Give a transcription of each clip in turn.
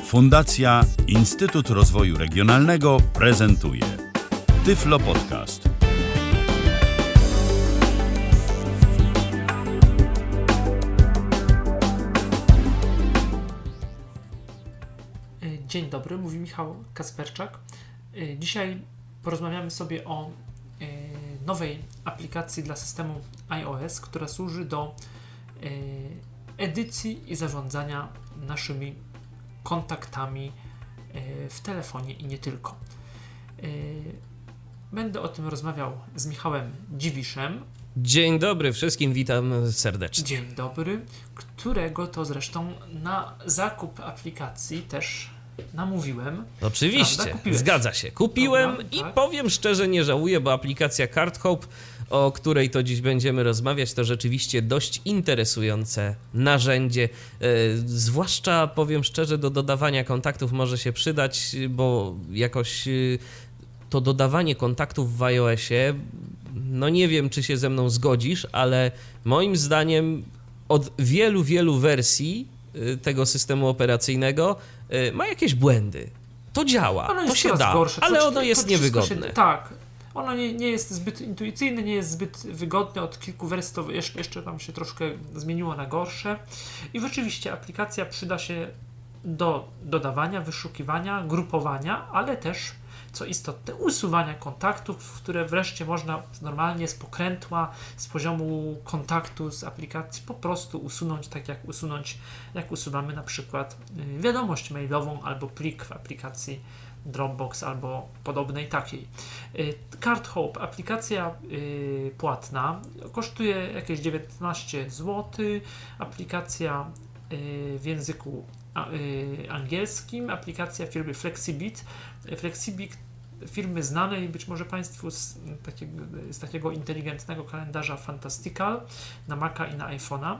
Fundacja Instytut Rozwoju Regionalnego prezentuje Tyflo Podcast. Dzień dobry, mówi Michał Kasperczak. Dzisiaj porozmawiamy sobie o nowej aplikacji dla systemu iOS, która służy do edycji i zarządzania naszymi kontaktami w telefonie i nie tylko. Będę o tym rozmawiał z Michałem Dziwiszem. Dzień dobry wszystkim, witam serdecznie. Dzień dobry, którego to zresztą na zakup aplikacji też namówiłem. Oczywiście, zgadza się. Kupiłem. Dobra, i tak. Powiem szczerze, nie żałuję, bo aplikacja CardHope, o której to dziś będziemy rozmawiać, to rzeczywiście dość interesujące narzędzie. Zwłaszcza, powiem szczerze, do dodawania kontaktów może się przydać, bo jakoś to dodawanie kontaktów w iOSie, no nie wiem, czy się ze mną zgodzisz, ale moim zdaniem od wielu wersji tego systemu operacyjnego ma jakieś błędy. To działa, to się da, gorsze, ale ono jest niewygodne. Tak, ono nie jest zbyt intuicyjne, nie jest zbyt wygodne. Od kilku wersji to jeszcze tam się troszkę zmieniło na gorsze. I rzeczywiście aplikacja przyda się do dodawania, wyszukiwania, grupowania, ale też, co istotne, usuwania kontaktów, które wreszcie można normalnie z pokrętła, z poziomu kontaktu z aplikacji po prostu usunąć, tak jak usuwamy na przykład wiadomość mailową albo plik w aplikacji Dropbox albo podobnej takiej. CardHope, aplikacja płatna, kosztuje jakieś 19 zł, aplikacja w języku angielskim, aplikacja firmy Flexibit, firmy znanej być może Państwu z takiego inteligentnego kalendarza Fantastical na Maca i na iPhone'a.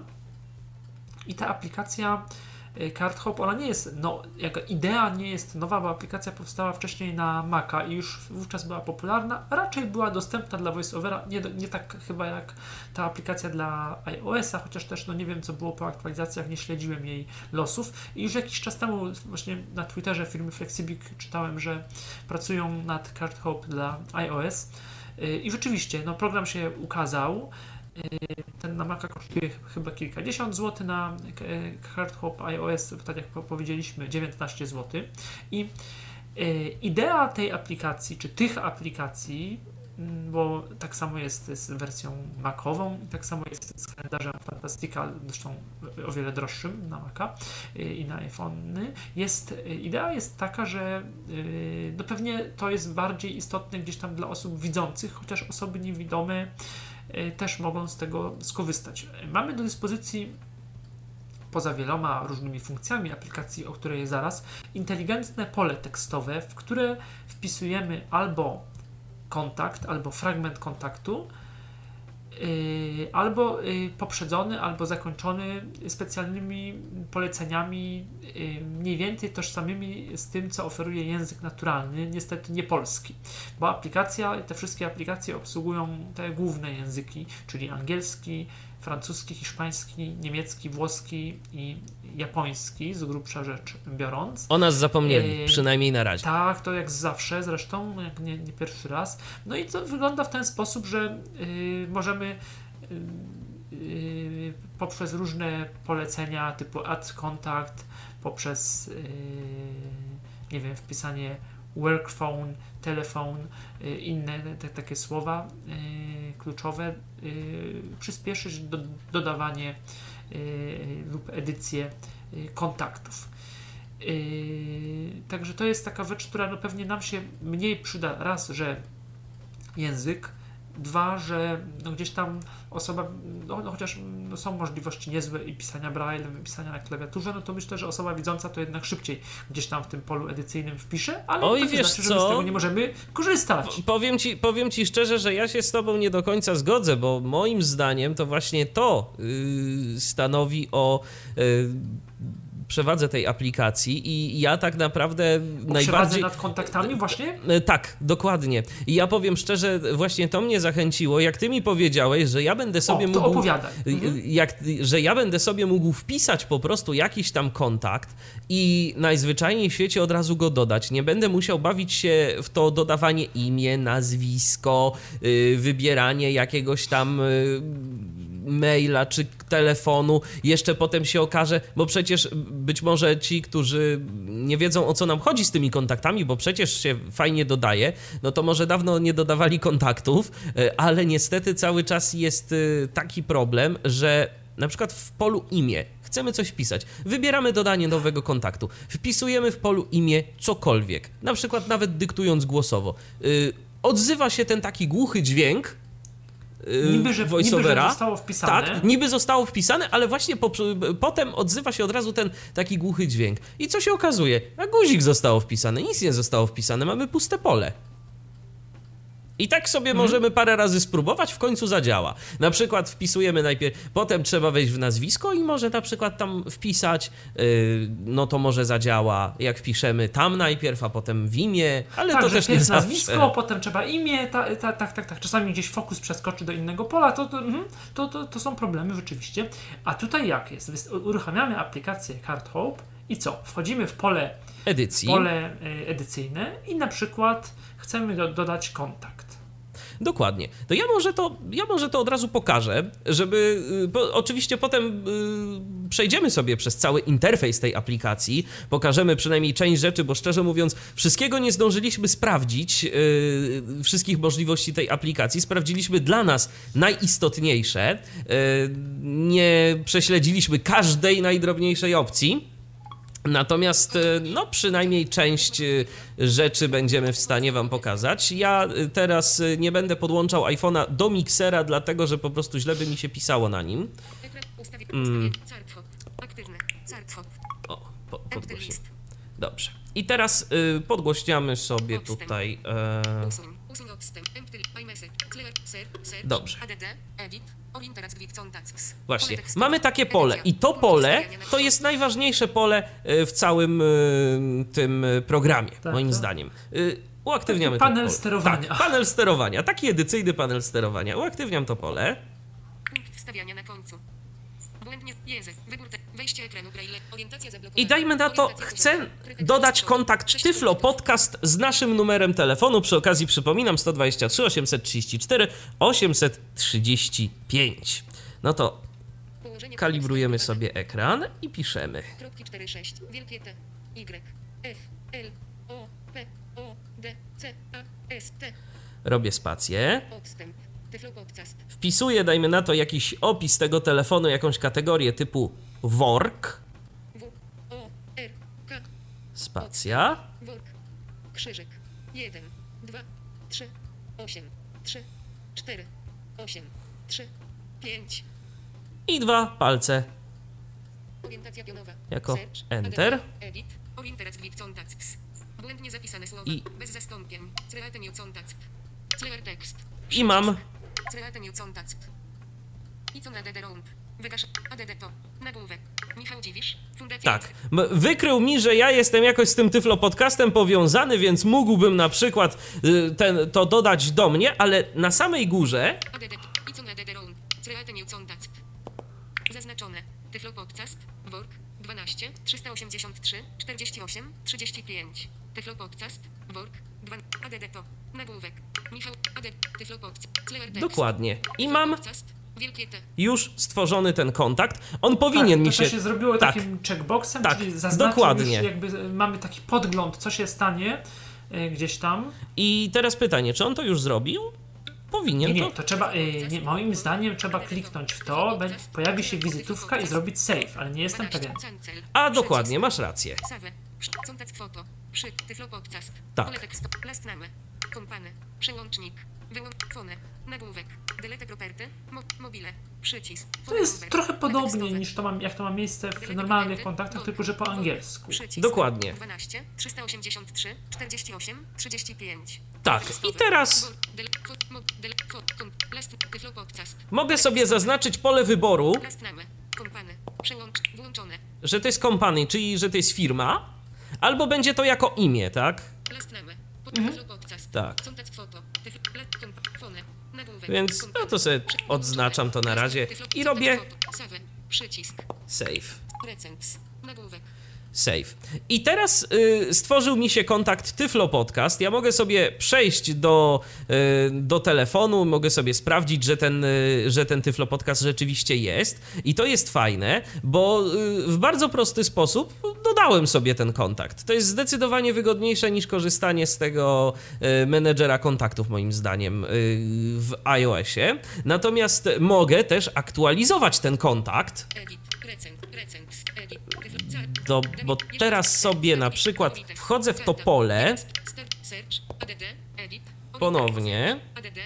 I ta aplikacja CardHope, ona nie jest, jako idea nie jest nowa, bo aplikacja powstała wcześniej na Maca i już wówczas była popularna, raczej była dostępna dla VoiceOvera, nie tak chyba jak ta aplikacja dla iOS-a, chociaż też nie wiem, co było po aktualizacjach, nie śledziłem jej losów i już jakiś czas temu właśnie na Twitterze firmy Flexibic czytałem, że pracują nad CardHope dla iOS i rzeczywiście, program się ukazał. Ten na Maca kosztuje chyba kilkadziesiąt złotych, na CardHope iOS, tak jak powiedzieliśmy, 19 zł. I idea tej aplikacji, czy tych aplikacji, bo tak samo jest z wersją Macową i tak samo jest z kalendarzem Fantastical, zresztą o wiele droższym na Maca i na iPhony, idea jest taka, że pewnie to jest bardziej istotne gdzieś tam dla osób widzących, chociaż osoby niewidome też mogą z tego skorzystać. Mamy do dyspozycji, poza wieloma różnymi funkcjami aplikacji, o której zaraz, inteligentne pole tekstowe, w które wpisujemy albo kontakt, albo fragment kontaktu, albo poprzedzony, albo zakończony specjalnymi poleceniami mniej więcej tożsamymi z tym, co oferuje język naturalny, niestety nie polski, bo te wszystkie aplikacje obsługują te główne języki, czyli angielski, francuski, hiszpański, niemiecki, włoski i japoński, z grubsza rzecz biorąc. O nas zapomnieli, przynajmniej na razie. Tak, to jak zawsze zresztą, jak nie pierwszy raz. No i to wygląda w ten sposób, że możemy poprzez różne polecenia typu add contact, poprzez wpisanie work phone, telefon, inne takie słowa kluczowe, przyspieszyć dodawanie lub edycję kontaktów. Także to jest taka rzecz, która pewnie nam się mniej przyda. Raz, że język, dwa, że gdzieś tam osoba, chociaż są możliwości niezłe i pisania braille'em, i pisania na klawiaturze, to myślę, że osoba widząca to jednak szybciej gdzieś tam w tym polu edycyjnym wpisze, ale to nie znaczy, że my z tego nie możemy korzystać. Powiem Ci szczerze, że ja się z Tobą nie do końca zgodzę, bo moim zdaniem to właśnie to stanowi o przewadze tej aplikacji i ja tak naprawdę najbardziej... nad kontaktami właśnie? Tak, dokładnie. I ja powiem szczerze, właśnie to mnie zachęciło, jak ty mi powiedziałeś, że ja będę sobie mógł... opowiadaj. Że ja będę sobie mógł wpisać po prostu jakiś tam kontakt i najzwyczajniej w świecie od razu go dodać. Nie będę musiał bawić się w to dodawanie imię, nazwisko, wybieranie jakiegoś tam maila czy telefonu. Jeszcze potem się okaże, bo przecież być może ci, którzy nie wiedzą, o co nam chodzi z tymi kontaktami, bo przecież się fajnie dodaje, no to może dawno nie dodawali kontaktów, ale niestety cały czas jest taki problem, że na przykład w polu imię chcemy coś wpisać, wybieramy dodanie nowego kontaktu, wpisujemy w polu imię cokolwiek, na przykład nawet dyktując głosowo. Odzywa się ten taki głuchy dźwięk niby, że zostało wpisane. Tak, niby zostało wpisane, ale właśnie potem odzywa się od razu ten taki głuchy dźwięk. I co się okazuje? A guzik zostało wpisane, nic nie zostało wpisane, mamy puste pole. I tak sobie możemy parę razy spróbować, w końcu zadziała. Na przykład wpisujemy najpierw, potem trzeba wejść w nazwisko i może na przykład tam wpisać, no to może zadziała, jak wpiszemy tam najpierw, a potem w imię, ale tak, to też nie zawsze. Nazwisko, potem trzeba imię, tak. Czasami gdzieś fokus przeskoczy do innego pola, to są problemy rzeczywiście. A tutaj jak jest? Uruchamiamy aplikację CardHope i co? Wchodzimy w pole edycyjne i na przykład chcemy dodać kontakt. Dokładnie. To ja może to od razu pokażę, żeby... oczywiście potem przejdziemy sobie przez cały interfejs tej aplikacji, pokażemy przynajmniej część rzeczy, bo szczerze mówiąc wszystkiego nie zdążyliśmy sprawdzić, wszystkich możliwości tej aplikacji. Sprawdziliśmy dla nas najistotniejsze. Nie prześledziliśmy każdej najdrobniejszej opcji. Natomiast no przynajmniej część rzeczy będziemy w stanie wam pokazać. Ja teraz nie będę podłączał iPhone'a do miksera, dlatego że po prostu źle by mi się pisało na nim. Podgłośnij. Dobrze. I teraz podgłośniamy sobie tutaj... Dobrze. Właśnie, mamy takie pole i to pole to jest najważniejsze pole w całym tym programie, moim zdaniem. Uaktywniamy taki panel sterowania. Tak, panel sterowania, taki edycyjny panel sterowania. Uaktywniam to pole. Punkt wstawiania na końcu. Błędnie wybór wejście ekranu braille, orientacja zablokowana. I dajmy na to, chcę dodać kontakt Tyflo Podcast z naszym numerem telefonu. Przy okazji przypominam 123 834 835. No to kalibrujemy sobie ekran i piszemy. 46 wielkie T Y F L O P O D C A S T. Robię spację. Odstęp. Tyflo Podcast. Wpisuję, dajmy na to, jakiś opis tego telefonu, jakąś kategorię typu work. W O R K. Spacja. Work. Krzyżyk. 1 2 3 8 3 4 8 3 5. I 2 palce. Orientacja pionowa. Jako Search. Enter. Edit. Orienterac with contacts. Błędnie zapisane słowa. I bez zastąpień. Create new contact. Clear text. I mam. Create new contact. I co na DD round. Wygasz. ADD to. Nagłówek. Michał Dziwisz. Fundacja. Tak. Wykrył mi, że ja jestem jakoś z tym Tyflo Podcastem powiązany, więc mógłbym na przykład to dodać do mnie, ale na samej górze... ADD. I co na DD round. Create new contact. Zaznaczone. Tyflo Podcast. Work. 12 383 48 35. Tyflo Podcast. Work. 2 ADD to. Nagłówek. Michał ADD. Tyflo Podcast. Clear text. Dokładnie. I mam wielkie T. już stworzony ten kontakt. On powinien mi się... To się zrobiło takim checkboxem, czyli zaznaczył dokładnie. Już jakby mamy taki podgląd, co się stanie gdzieś tam. I teraz pytanie, czy on to już zrobił? Powinien nie, to trzeba, moim zdaniem trzeba kliknąć w to, pojawi się wizytówka i zrobić save, ale nie jestem pewien. A dokładnie, masz rację. Kontakt foto, Tyflo Podcast, tak. Last name, kompany, przełącznik, fone, nagłówek, delete property, mobile, przycisk. To jest trochę podobnie niż jak to ma miejsce w normalnych kontaktach, tylko że po angielsku. Dokładnie. 12 383 48 35. Tak, i teraz mogę sobie zaznaczyć pole wyboru Kompany. Przełącz. Włączone. Że to jest company, czyli że to jest firma, albo będzie to jako imię, tak? Last name. Podcast. Tak. Contact photo. Fone. Nagłówek. Więc no to sobie odznaczam to na razie i robię Save. Przycisk. save. Recens. Nagłówek. Save. I teraz stworzył mi się kontakt Tyflo Podcast. Ja mogę sobie przejść do telefonu, mogę sobie sprawdzić, że ten Tyflo Podcast rzeczywiście jest. I to jest fajne, bo w bardzo prosty sposób dodałem sobie ten kontakt. To jest zdecydowanie wygodniejsze niż korzystanie z tego menedżera kontaktów, moim zdaniem, w iOSie. Natomiast mogę też aktualizować ten kontakt. Edit. Recens. Edit. Bo teraz sobie na przykład wchodzę w to pole ponownie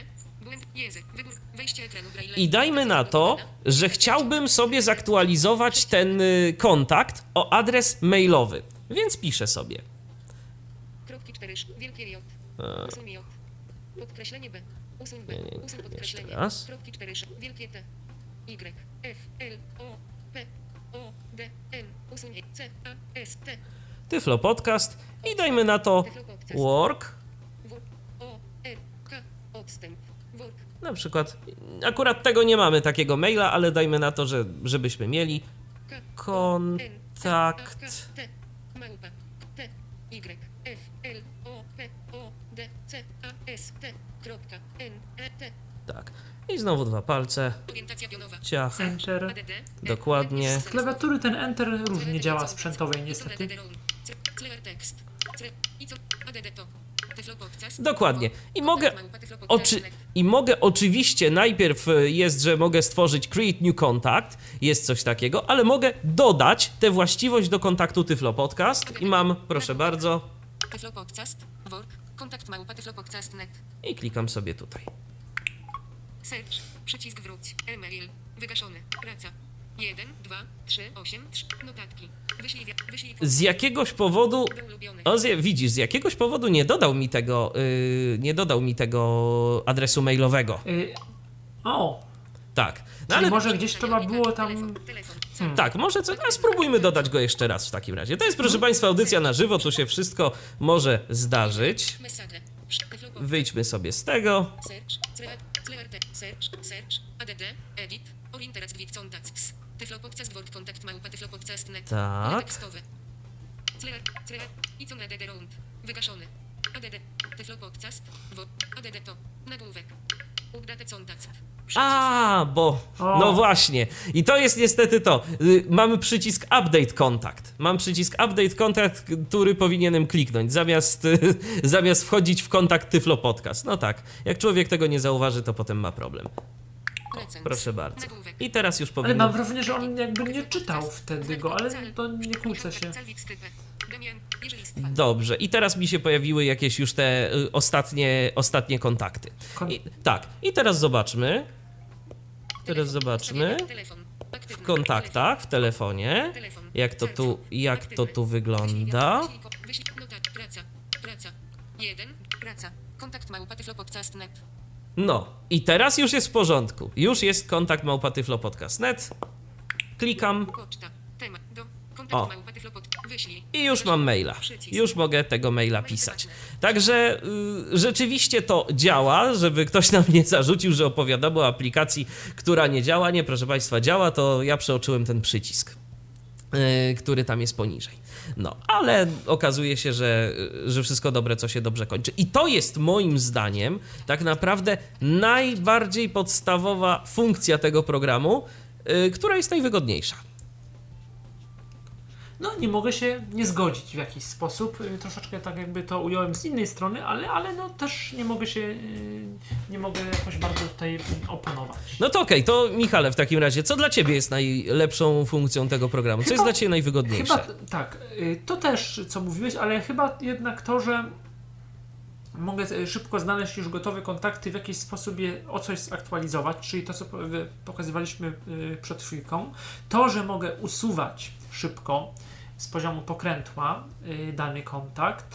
i dajmy na to, że chciałbym sobie zaktualizować ten kontakt o adres mailowy, więc piszę sobie. Kropki 4, wielkie J, usuń J, podkreślenie B, usuń B, usuń podkreślenie, kropki 4, wielkie T, Y, F, L, O, P, O, D, N, usuń C, A, S, T. Tyflo Podcast i dajmy na to work. W, O, R, K, odstęp, work. Na przykład, akurat tego nie mamy, takiego maila, ale dajmy na to, żebyśmy mieli kontakt. T, małpa, T, Y, F, L, O, P, O, D, C, A, S, T, kropka, N, E, T. Tak. I znowu 2 palce. Orientacja pionowa. Ciach. Enter. Dokładnie. Z klawiatury ten Enter różnie działa sprzętowej niestety. Dokładnie. I mogę oczywiście, najpierw jest, że mogę stworzyć Create New Contact, jest coś takiego, ale mogę dodać tę właściwość do kontaktu Tyflo Podcast i mam, proszę bardzo, Tyflo Podcast, work, kontakt małpa tyflopodcast.net. I klikam sobie tutaj. Search, przycisk wróć, e-mail, wygaszony, praca. 1, 2, 3, 8, 3, notatki. Wyślij Z jakiegoś powodu, widzisz, z jakiegoś powodu nie dodał mi tego adresu mailowego. Tak. No, ale może gdzieś trzeba było tam... Tak, może spróbujmy dodać go jeszcze raz w takim razie. To jest, proszę Państwa, audycja na żywo, tu się wszystko może zdarzyć. Wyjdźmy sobie z tego. Search, add, edit, orienterac gwik contacts, tyflopodcast word kontakt małpa tyflopodcast.net. Tak. Tekstowe. I co na add round, wygaszony. Add, tyflopodcast, word, add to, nagłówek. Update contact. No właśnie. I to jest niestety to. Mamy przycisk Update Contact. Mam przycisk Update Contact, który powinienem kliknąć, zamiast wchodzić w kontakt Tyflo Podcast. No tak. Jak człowiek tego nie zauważy, to potem ma problem. Proszę bardzo. I teraz już powinien... Ale mam wrażenie, że on jakby nie czytał wtedy go, ale to nie kłócę się. Dobrze. I teraz mi się pojawiły jakieś już te ostatnie kontakty. Tak. I teraz zobaczmy. W kontaktach, w telefonie, jak to tu wygląda. No i teraz już jest w porządku. Już jest kontakt małpa tyflopodcast.net. Klikam. O. I już mam maila. Już mogę tego maila pisać. Także rzeczywiście to działa, żeby ktoś nam nie zarzucił, że opowiadamy o aplikacji, która nie działa. Nie, proszę Państwa, działa, to ja przeoczyłem ten przycisk, który tam jest poniżej. No, ale okazuje się, że wszystko dobre, co się dobrze kończy. I to jest moim zdaniem tak naprawdę najbardziej podstawowa funkcja tego programu, która jest najwygodniejsza. No, nie mogę się nie zgodzić w jakiś sposób. Troszeczkę tak jakby to ująłem z innej strony, ale no też nie mogę jakoś bardzo tutaj oponować. No to okej, to Michale, w takim razie, co dla Ciebie jest najlepszą funkcją tego programu? Co jest dla Ciebie najwygodniejsze? Chyba tak, to też, co mówiłeś, ale chyba jednak to, że mogę szybko znaleźć już gotowe kontakty, w jakiś sposób je o coś zaktualizować, czyli to, co pokazywaliśmy przed chwilką. To, że mogę usuwać szybko z poziomu pokrętła dany kontakt.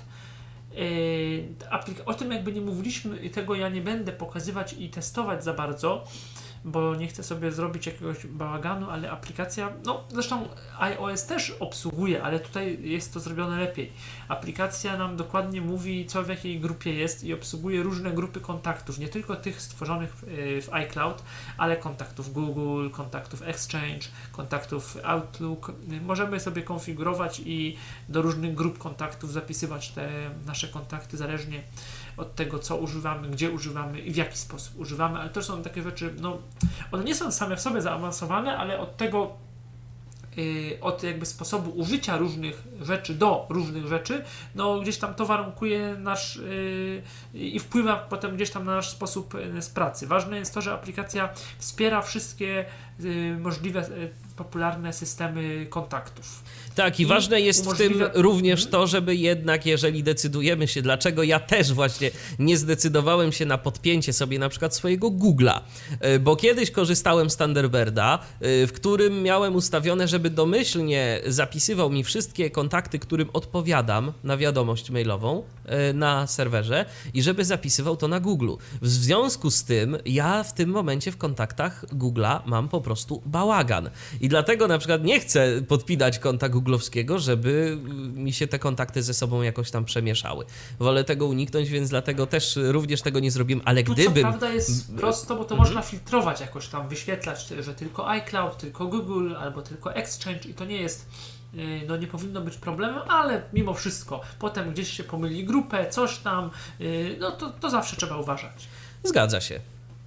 O tym jakby nie mówiliśmy i tego ja nie będę pokazywać i testować za bardzo, bo nie chcę sobie zrobić jakiegoś bałaganu, ale aplikacja, no zresztą iOS też obsługuje, ale tutaj jest to zrobione lepiej. Aplikacja nam dokładnie mówi, co w jakiej grupie jest i obsługuje różne grupy kontaktów, nie tylko tych stworzonych w iCloud, ale kontaktów Google, kontaktów Exchange, kontaktów Outlook. Możemy sobie konfigurować i do różnych grup kontaktów zapisywać te nasze kontakty, zależnie od tego, co używamy, gdzie używamy i w jaki sposób używamy, ale to są takie rzeczy, no, one nie są same w sobie zaawansowane, ale od tego, od jakby sposobu użycia różnych rzeczy do różnych rzeczy, no gdzieś tam to warunkuje nasz i wpływa potem gdzieś tam na nasz sposób z pracy. Ważne jest to, że aplikacja wspiera wszystkie możliwe popularne systemy kontaktów. Tak, i ważne jest w tym również to, żeby jednak, jeżeli decydujemy się, dlaczego ja też właśnie nie zdecydowałem się na podpięcie sobie na przykład swojego Google'a, bo kiedyś korzystałem z Thunderbirda, w którym miałem ustawione, żeby domyślnie zapisywał mi wszystkie kontakty, którym odpowiadam na wiadomość mailową na serwerze i żeby zapisywał to na Google'u. W związku z tym ja w tym momencie w kontaktach Google'a mam po prostu bałagan i dlatego na przykład nie chcę podpinać konta googlowskiego, żeby mi się te kontakty ze sobą jakoś tam przemieszały. Wolę tego uniknąć, więc dlatego też również tego nie zrobiłem, ale tu gdybym... Co prawda jest prosto, bo to można filtrować jakoś tam, wyświetlać, że tylko iCloud, tylko Google, albo tylko Exchange i to nie jest, no nie powinno być problemem, ale mimo wszystko, potem gdzieś się pomyli grupę, coś tam, no to zawsze trzeba uważać. Zgadza się.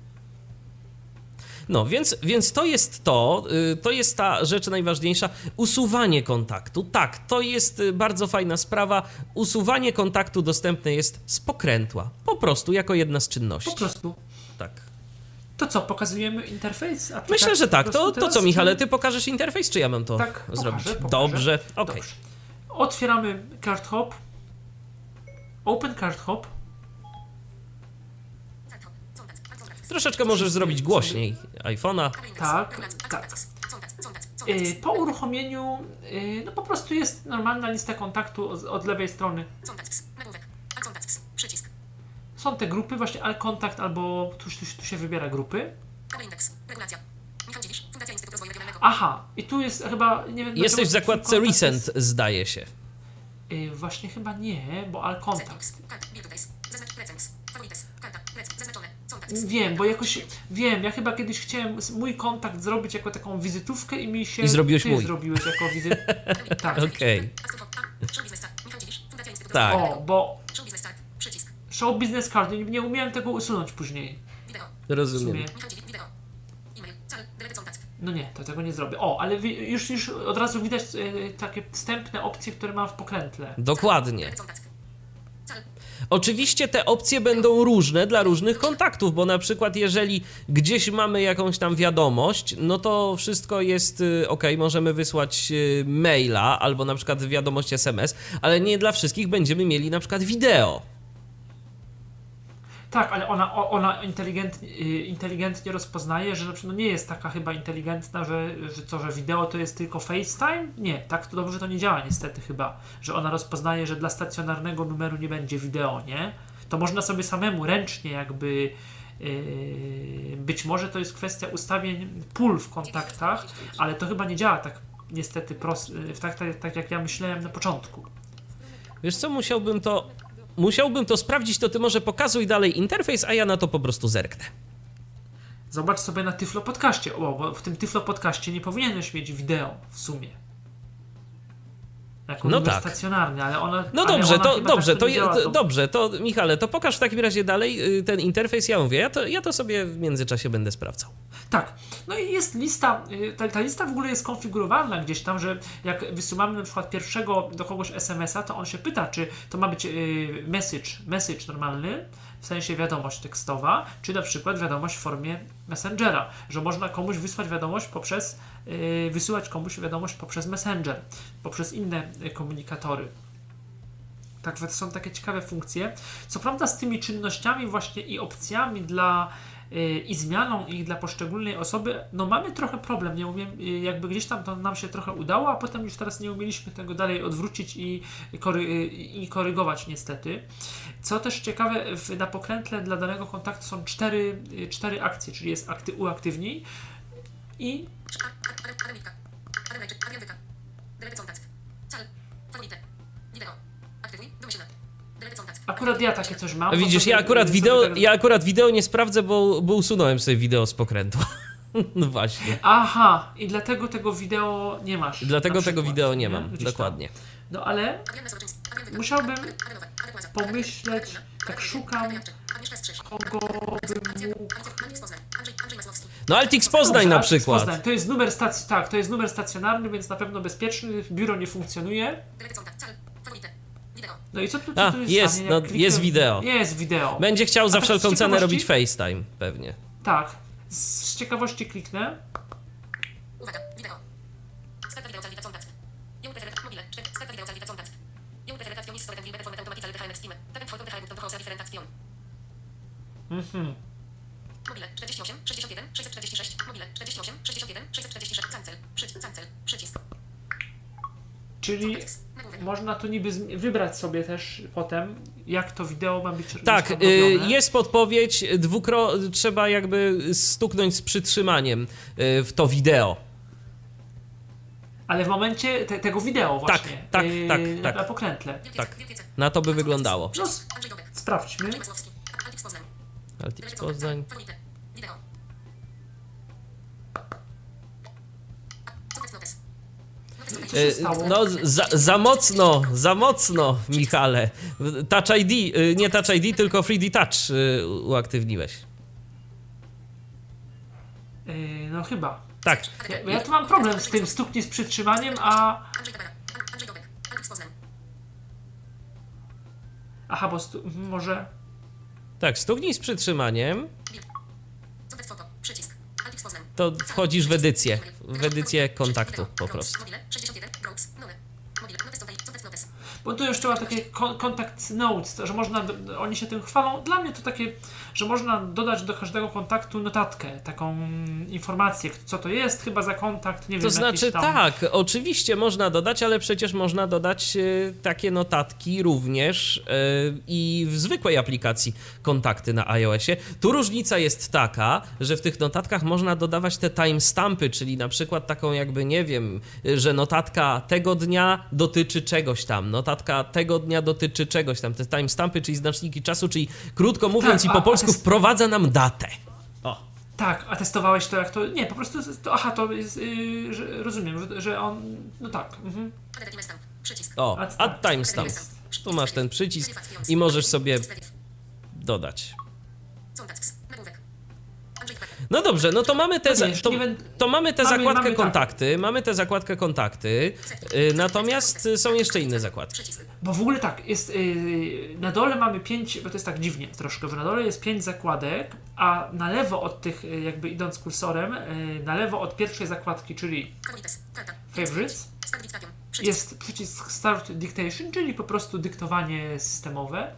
No, więc to jest ta rzecz najważniejsza, usuwanie kontaktu. Tak, to jest bardzo fajna sprawa. Usuwanie kontaktu dostępne jest z pokrętła, po prostu jako jedna z czynności. Po prostu. Tak. To co, pokazujemy interfejs? Myślę, że tak. To co, Michale, ty pokażesz interfejs, czy ja mam to zrobić? Pokażę. Dobrze, okej. Dobrze. Otwieramy CardHop. Open CardHop. Troszeczkę możesz zrobić głośniej iPhone'a. Tak. Po uruchomieniu no po prostu jest normalna lista kontaktu od lewej strony. Są te grupy, właśnie kontakt albo tu się wybiera grupy. Aha, i tu jest chyba, nie wiem... Jesteś w zakładce Recent, zdaje się. Właśnie chyba nie, bo kontakt. Wiem, bo jakoś ja chyba kiedyś chciałem mój kontakt zrobić jako taką wizytówkę i mi się... I zrobiłeś mój. Zrobiłeś jako wizytówkę. Tak. Okej. Tak. O, bo... Show Business Card, nie umiałem tego usunąć później. Rozumiem. No nie, to tego nie zrobię. O, ale już od razu widać takie wstępne opcje, które mam w pokrętle. Dokładnie. Oczywiście te opcje będą różne dla różnych kontaktów, bo na przykład jeżeli gdzieś mamy jakąś tam wiadomość, no to wszystko jest ok, możemy wysłać maila albo na przykład wiadomość SMS, ale nie dla wszystkich będziemy mieli na przykład wideo. Tak, ale ona inteligentnie rozpoznaje, że no nie jest taka chyba inteligentna, że wideo to jest tylko FaceTime? Nie, tak to dobrze to nie działa niestety chyba, że ona rozpoznaje, że dla stacjonarnego numeru nie będzie wideo, nie? To można sobie samemu ręcznie jakby być może to jest kwestia ustawień pól w kontaktach, ale to chyba nie działa tak niestety tak jak ja myślałem na początku. Wiesz co, musiałbym to sprawdzić, to ty może pokazuj dalej interfejs, a ja na to po prostu zerknę. Zobacz sobie na Tyflo Podcaście, bo w tym Tyflo Podcaście nie powinieneś mieć wideo w sumie. Jako numer stacjonarny, ale ona... No dobrze, to Michale, to pokaż w takim razie dalej ten interfejs, ja mówię, ja to sobie w międzyczasie będę sprawdzał. Tak, no i jest lista, ta lista w ogóle jest konfigurowalna gdzieś tam, że jak wysyłamy na przykład pierwszego do kogoś SMS-a, to on się pyta, czy to ma być message normalny, w sensie wiadomość tekstowa, czy na przykład wiadomość w formie Messengera, że można komuś wysyłać komuś wiadomość poprzez Messenger, poprzez inne komunikatory. Także to są takie ciekawe funkcje. Co prawda z tymi czynnościami właśnie i opcjami dla i zmianą ich dla poszczególnej osoby, no mamy trochę problem, nie umiem, jakby gdzieś tam to nam się trochę udało, a potem już teraz nie umieliśmy tego dalej odwrócić i korygować niestety. Co też ciekawe, na pokrętle dla danego kontaktu są cztery akcje, czyli jest uaktywnij i akurat ja takie coś mam. Widzisz, ja akurat wideo nie sprawdzę, bo usunąłem sobie wideo z pokrętła. No właśnie. Aha, i dlatego tego wideo nie masz. Dlatego tego wideo nie mam, dokładnie. No ale musiałbym pomyśleć, tak szukam, kogo bym mógł... No Altix Poznań na przykład. Poznań. To jest numer stacji, tak, to jest numer stacjonarny, więc na pewno bezpieczny, biuro nie funkcjonuje. No i co tu jest? No, jest wideo. Jest wideo. Będzie chciał za wszelką cenę robić FaceTime, pewnie. Tak. Z ciekawości kliknę. Uwaga, wideo. Start wideo cali widzą task. Ją preferat mobile. Start wideo cali widzą task. Ją preferat pion istotę wilbet format automatizal DHM Steam. Taken photo DHM to bohosa different pion. Mobile 48 61 646. Mobile 48 61 646. Cancel. Przycisk. Czyli można tu niby wybrać sobie też potem, jak to wideo ma być. Tak, jest podpowiedź, trzeba jakby stuknąć z przytrzymaniem w to wideo. Ale w momencie tego wideo właśnie. Tak. Na pokrętle. Tak, na to by wyglądało. No, sprawdźmy. Altix Poznań. No, za mocno, Michale. Touch ID, nie Touch ID, tylko 3D Touch uaktywniłeś. No chyba. Tak. Ja tu mam problem z tym stuknij z przytrzymaniem, a... Aha, bo może... Tak, stuknij z przytrzymaniem. To wchodzisz w edycję kontaktu po prostu. Bo tu jeszcze ma takie contact notes, że można, oni się tym chwalą. Dla mnie to takie, że można dodać do każdego kontaktu notatkę, taką informację, co to jest chyba za kontakt, nie wiem. To znaczy tam... tak, oczywiście można dodać, ale przecież można dodać takie notatki również i w zwykłej aplikacji kontakty na iOSie. Tu różnica jest taka, że w tych notatkach można dodawać te timestampy, czyli na przykład taką jakby, nie wiem, że notatka tego dnia dotyczy czegoś tam, notatka tego dnia dotyczy czegoś tam, te timestampy, czyli znaczniki czasu, czyli krótko mówiąc tak, i po polsku wprowadza nam datę. O. Tak, a testowałeś to jak to... Nie, po prostu to, aha, to jest... że rozumiem, że on... No tak. O, add timestamp. Tu masz ten przycisk i możesz sobie dodać. No dobrze, no to mamy tę zakładkę kontakty, mamy tę zakładkę kontakty, natomiast są jeszcze inne zakładki. Bo w ogóle tak, jest na dole mamy 5, bo to jest tak dziwnie troszkę, że na dole jest 5 zakładek, a na lewo od tych, jakby idąc kursorem, na lewo od pierwszej zakładki, czyli Favorites, jest przycisk Start Dictation, czyli po prostu dyktowanie systemowe.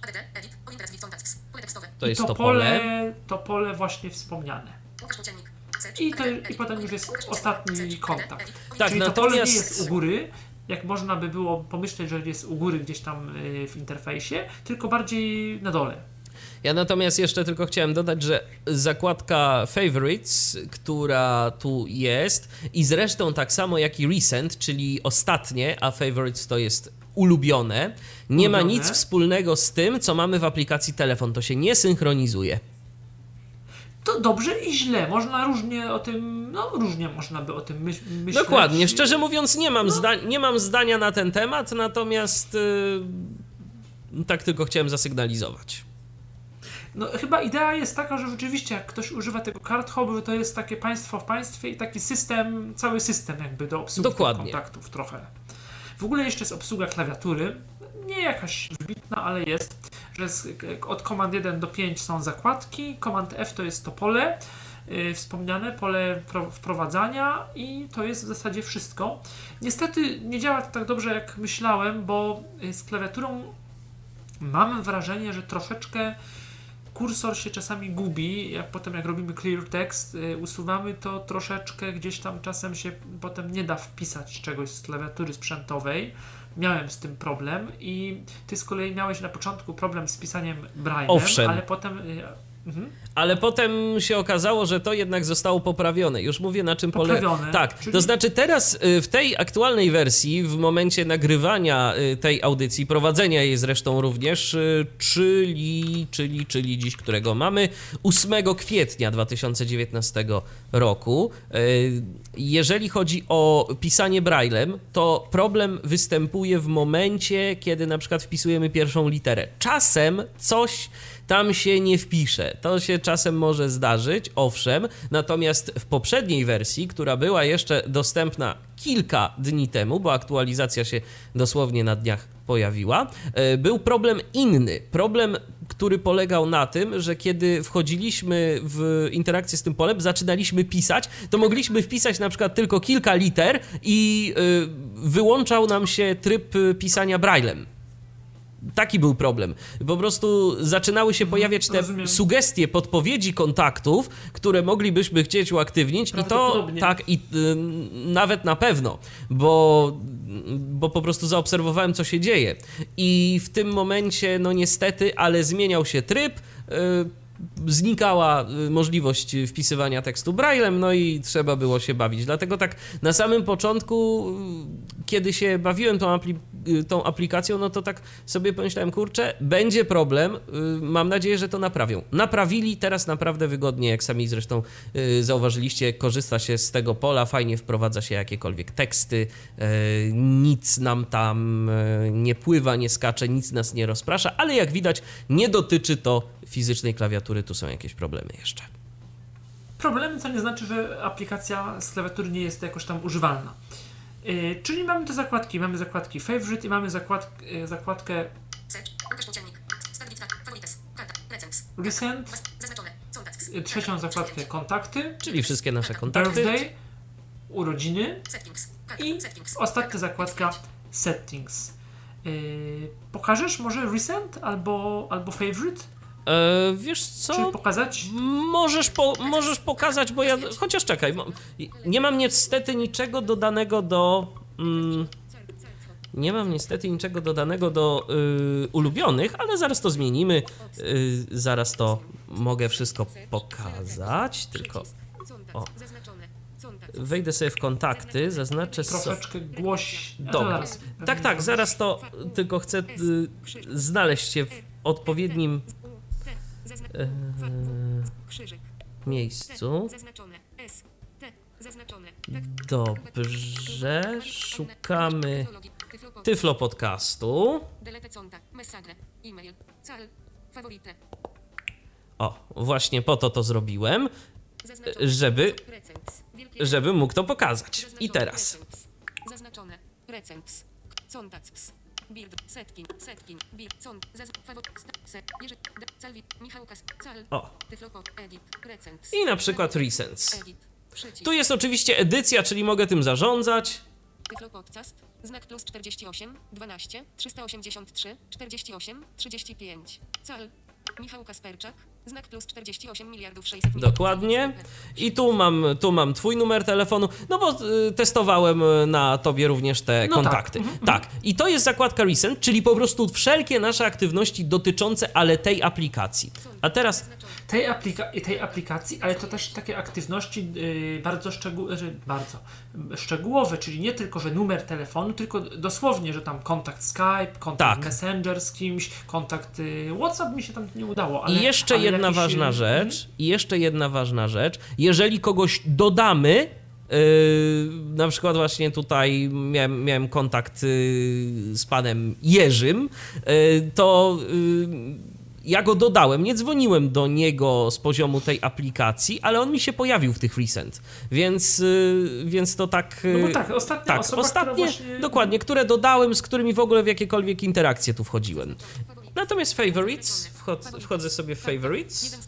To jest to pole właśnie wspomniane. I potem już jest ostatni kontakt. Tak, czyli natomiast... to pole nie jest u góry, jak można by było pomyśleć, że jest u góry gdzieś tam w interfejsie, tylko bardziej na dole. Ja natomiast jeszcze tylko chciałem dodać, że zakładka Favorites, która tu jest i zresztą tak samo jak i Recent, czyli ostatnie, a Favorites to jest ulubione, nie ma nic wspólnego z tym, co mamy w aplikacji telefon. To się nie synchronizuje. To dobrze i źle. Można różnie o tym, różnie można by o tym myśleć. Dokładnie. Szczerze mówiąc nie mam zdania na ten temat, natomiast tak tylko chciałem zasygnalizować. No chyba idea jest taka, że rzeczywiście jak ktoś używa tego CardHub, to jest takie państwo w państwie i taki system, cały system jakby do obsługi kontaktów trochę. W ogóle jeszcze jest obsługa klawiatury. Nie jakaś wybitna, ale jest, że od Command 1 do 5 są zakładki, Command F to jest to pole, wspomniane pole wprowadzania i to jest w zasadzie wszystko. Niestety nie działa to tak dobrze jak myślałem, bo z klawiaturą mam wrażenie, że troszeczkę kursor się czasami gubi, jak robimy clear text, usuwamy to troszeczkę, gdzieś tam czasem się potem nie da wpisać czegoś z klawiatury sprzętowej. Miałem z tym problem i ty z kolei miałeś na początku problem z pisaniem Braille'em, Owszem. ale potem... Ale potem się okazało, że to jednak zostało poprawione. Już mówię, na czym polega. Tak, czyli... to znaczy teraz w tej aktualnej wersji, w momencie nagrywania tej audycji, prowadzenia jej zresztą również, czyli dziś, którego mamy, 8 kwietnia 2019 roku, jeżeli chodzi o pisanie Braille'em, to problem występuje w momencie, kiedy na przykład wpisujemy pierwszą literę. Czasem coś tam się nie wpisze. To się czasem może zdarzyć, owszem, natomiast w poprzedniej wersji, która była jeszcze dostępna kilka dni temu, bo aktualizacja się dosłownie na dniach pojawiła, był problem inny. Problem, który polegał na tym, że kiedy wchodziliśmy w interakcję z tym polem, zaczynaliśmy pisać, to mogliśmy wpisać na przykład tylko kilka liter i wyłączał nam się tryb pisania Braille'em. Taki był problem. Po prostu zaczynały się pojawiać te sugestie, podpowiedzi kontaktów, które moglibyśmy chcieć uaktywnić i to tak i nawet na pewno, bo po prostu zaobserwowałem, co się dzieje. I w tym momencie, no niestety, ale zmieniał się tryb, znikała możliwość wpisywania tekstu Braille'em, no i trzeba było się bawić. Dlatego tak na samym początku, kiedy się bawiłem tą aplikacją, no to tak sobie pomyślałem, kurczę, będzie problem, mam nadzieję, że to naprawią. Naprawili, teraz naprawdę wygodnie, jak sami zresztą zauważyliście, korzysta się z tego pola, fajnie wprowadza się jakiekolwiek teksty, nic nam tam nie pływa, nie skacze, nic nas nie rozprasza, ale jak widać, nie dotyczy to fizycznej klawiatury, tu są jakieś problemy jeszcze. Problemy to nie znaczy, że aplikacja z klawiatury nie jest jakoś tam używalna. Czyli mamy te zakładki. Mamy zakładki Favorite i mamy zakładkę Recent, trzecią zakładkę Kontakty, czyli wszystkie nasze kontakty, Birthday, urodziny i ostatnia zakładka Settings. Pokażesz może Recent albo Favorite? Wiesz co? Czy pokazać? Możesz pokazać, bo ja... Chociaż czekaj, nie mam niestety niczego dodanego do... Nie mam niestety niczego dodanego do ulubionych, ale zaraz to zmienimy. Zaraz to mogę wszystko pokazać, tylko... O. Wejdę sobie w kontakty, zaznaczę sobie... Troszeczkę głoś... Dobra. Tak, zaraz to... Tylko chcę znaleźć się w odpowiednim... miejscu. Dobrze, szukamy Tyflo Podcastu. O, właśnie po to zrobiłem, żeby mógł to pokazać. I teraz. Zaznaczone. Recents. Contacts. Build. Setkin. Build. O. Edit. Recents. I na przykład Recents. Tu jest oczywiście edycja, czyli mogę tym zarządzać. Tyflo Podcast. Znak plus 48, 12, 383, 48, 35. Cal. Michał Kasperczak. Znak plus 48 miliardów 600 milionów. Dokładnie. I tu mam twój numer telefonu, no bo testowałem na tobie również te kontakty. Tak. I to jest zakładka Recent, czyli po prostu wszelkie nasze aktywności dotyczące, ale tej aplikacji. A teraz... Tej aplikacji, ale to też takie aktywności bardzo szczegółowe, czyli nie tylko, że numer telefonu, tylko dosłownie, że tam kontakt Skype, kontakt Messenger z kimś, kontakt WhatsApp mi się tam nie udało. Ale, I jeszcze jedna ważna rzecz, jeżeli kogoś dodamy, na przykład właśnie tutaj miałem kontakt z panem Jerzym, to ja go dodałem, nie dzwoniłem do niego z poziomu tej aplikacji, ale on mi się pojawił w tych recent, więc to tak... No bo tak, ostatnie właśnie... dokładnie, które dodałem, z którymi w ogóle w jakiekolwiek interakcje tu wchodziłem. Natomiast Favorites, wchodzę sobie w Favorites.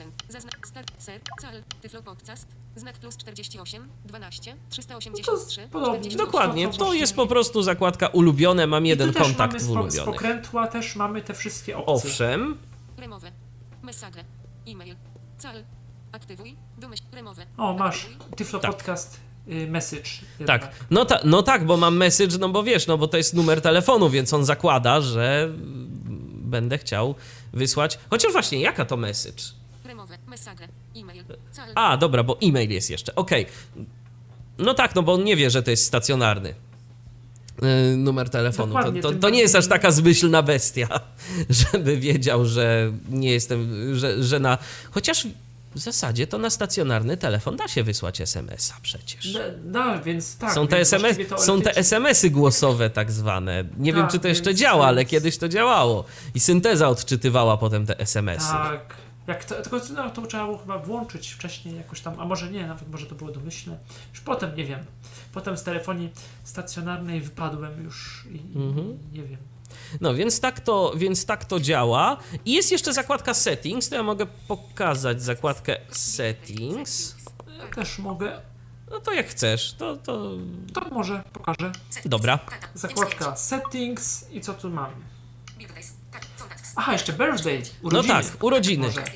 Znak plus 48, 12, 383, 40. Dokładnie, to jest po prostu zakładka ulubione, mam jeden kontakt w ulubionych. Z pokrętła też mamy te wszystkie opcje. Owszem. Message. E-mail. Cel. Aktywuj. Domyśl. Remowę. O, masz Aktywuj. Tyflo Tak. Podcast message. Tak, jednak. no tak, bo mam message, no bo wiesz, no bo to jest numer telefonu, więc on zakłada, że będę chciał wysłać. Chociaż właśnie, jaka to message? Remowę. Message. E-mail. Cel. A, dobra, bo e-mail jest jeszcze, okej. No tak, no bo on nie wie, że to jest stacjonarny numer telefonu. Dokładnie, To tym nie jest aż bardziej- taka zmyślna bestia, żeby wiedział, że nie jestem, że na... Chociaż w zasadzie to na stacjonarny telefon da się wysłać SMS-a przecież. No, więc tak. Są te więc właściwie są te teoretycznie- SMS-y głosowe tak zwane. Nie wiem, Tak, czy to jeszcze więc- działa, ale więc- kiedyś to działało. I synteza odczytywała potem te SMS-y. Tak. Tylko no, to trzeba było chyba włączyć wcześniej jakoś tam, a może nie, nawet może to było domyślne. Już potem, nie wiem. Potem z telefonii stacjonarnej wypadłem już i nie wiem. No, więc tak to działa. I jest jeszcze zakładka Settings, to ja mogę pokazać zakładkę Settings. Ja też mogę, No to jak chcesz, to... to może pokażę. Dobra. Zakładka Settings i co tu mam? Birthdays. Contacts. Aha, jeszcze Birthday, No urodziny. tak, urodziny. Może.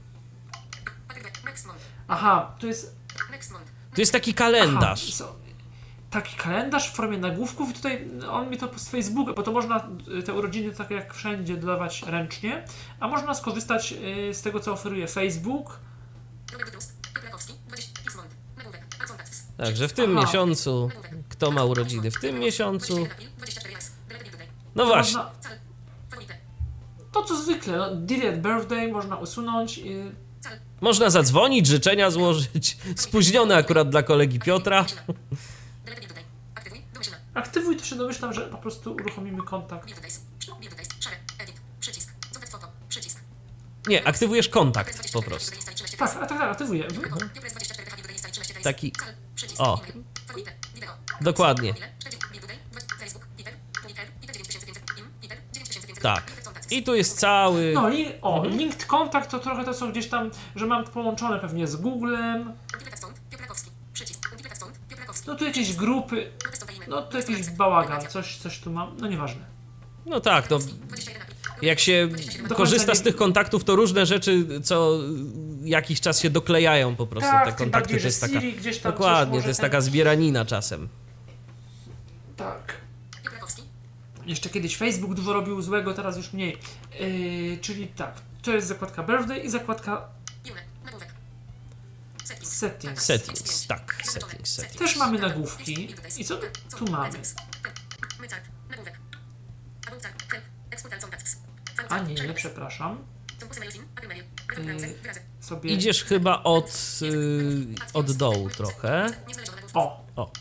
Next month. Aha, tu jest... Next month. Tu jest taki Aha, kalendarz. taki kalendarz w formie nagłówków i tutaj on mi to z Facebooka, bo to można te urodziny tak jak wszędzie dodawać ręcznie, a można skorzystać z tego, co oferuje Facebook. Robert Drust. Piotrkowski. 20. This month. Nagłówek. Contacts. Także w tym Aha. miesiącu, kto ma urodziny w tym miesiącu. 24 raz. Delete birthday. No właśnie. Można, Cel. Favorite. to co zwykle, no, delete birthday można usunąć. Cel. Można zadzwonić, życzenia złożyć. Spóźnione akurat dla kolegi Piotra. Delete birthday. Aktywuj. Domyślna. Aktywuj, to się domyślam, że po prostu uruchomimy kontakt. Birthdays. Birthdays. Szare. Edit. Przycisk. Contact photo. Przycisk. Nie, aktywujesz kontakt po prostu. Tak, aktywuję. Biopres 24 TH birthday style 13 Taki... Cel. Przycisk. O. E-mail. Favorite. Video. Dokładnie. Facebook. Twitter. Twitter. Twitter 9500. Twitter 9500. Tak. I tu jest cały... No i linked kontakt to trochę to są gdzieś tam, że mam połączone pewnie z Googlem. Piotrkowski. Przycisk. Piotrkowski. No tu jakieś grupy, no tu jakiś bałagan, coś tu mam, no nieważne. No tak, no jak się korzysta z tych kontaktów, to różne rzeczy co jakiś czas się doklejają po prostu. Tak, Te tym kontakty bardziej, to że jest taka... Siri gdzieś tam coś Dokładnie, może to jest ten- taka zbieranina czasem. Tak. Piotrkowski. Jeszcze kiedyś Facebook dużo robił złego, teraz już mniej. Czyli tak, to jest zakładka Birthday i zakładka June. Nagłówek. Settings. Settings, tak, settings. Też mamy nagłówki. I co tu mamy? Mycart. Nagłówek. Abulcar. Eksportal contacts. A nie, przepraszam. Sobie... Idziesz chyba od dołu trochę. O.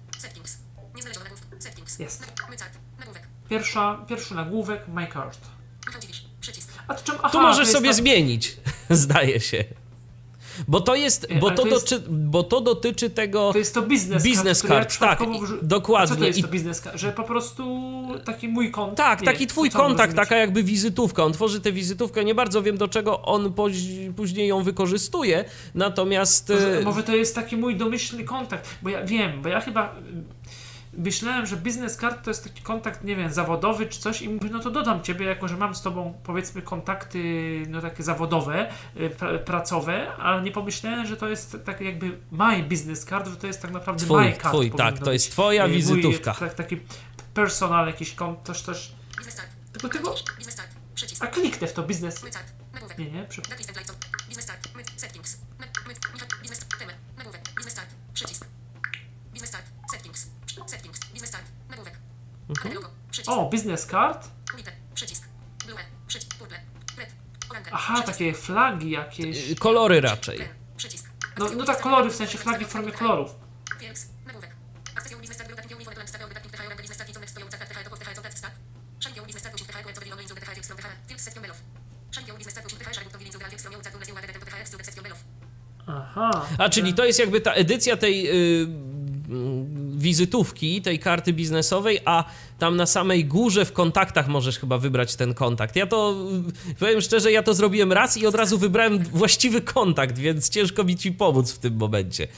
Jest. Nagłówek. Pierwszy nagłówek, my card. A to czemu? Aha, Tu możesz to jest sobie tak- zmienić, zdaje się. Bo to jest, bo to dotyczy tego... To jest to biznes Biznes który ja card, tak, przypadkowo dokładnie. Co to jest I- to biznes card? Że po prostu taki mój kontakt? Tak, Nie, taki twój co mam kontakt, rozumieć? taka jakby wizytówka. On tworzy tę wizytówkę, nie bardzo wiem do czego on później ją wykorzystuje, natomiast... Może to jest taki mój domyślny kontakt, bo ja wiem, bo ja chyba myślałem, że biznes card to jest taki kontakt, nie wiem, zawodowy czy coś i mówię, no to dodam ciebie, jako że mam z tobą powiedzmy kontakty, no takie zawodowe, pracowe, ale nie pomyślałem, że to jest tak jakby my business card, że to jest tak naprawdę my card. Twój, powinno tak, to być. jest twoja Mój, wizytówka. taki personal jakiś coś. Tylko a kliknę w to biznes. Nie, przepraszam. O, business card? Aha, takie flagi jakieś. Kolory raczej. No tak, kolory, w sensie flagi w formie kolorów. Aha. A czyli to jest jakby ta edycja tej wizytówki, tej karty biznesowej, a tam na samej górze w kontaktach możesz chyba wybrać ten kontakt. Ja to, powiem szczerze, ja to zrobiłem raz i od razu wybrałem właściwy kontakt, więc ciężko mi ci pomóc w tym momencie.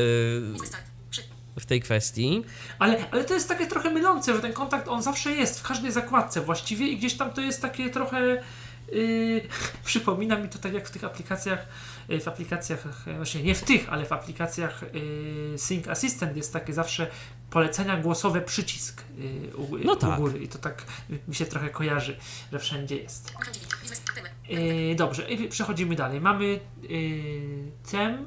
W tej kwestii. Ale to jest takie trochę mylące, że ten kontakt on zawsze jest w każdej zakładce właściwie i gdzieś tam to jest takie trochę Przypomina mi to tak jak w tych aplikacjach, właśnie nie w tych, ale w aplikacjach Sync Assistant jest takie zawsze polecenia głosowe, przycisk u góry i to tak mi się trochę kojarzy, że wszędzie jest. Dobrze, i przechodzimy dalej. Mamy CEM,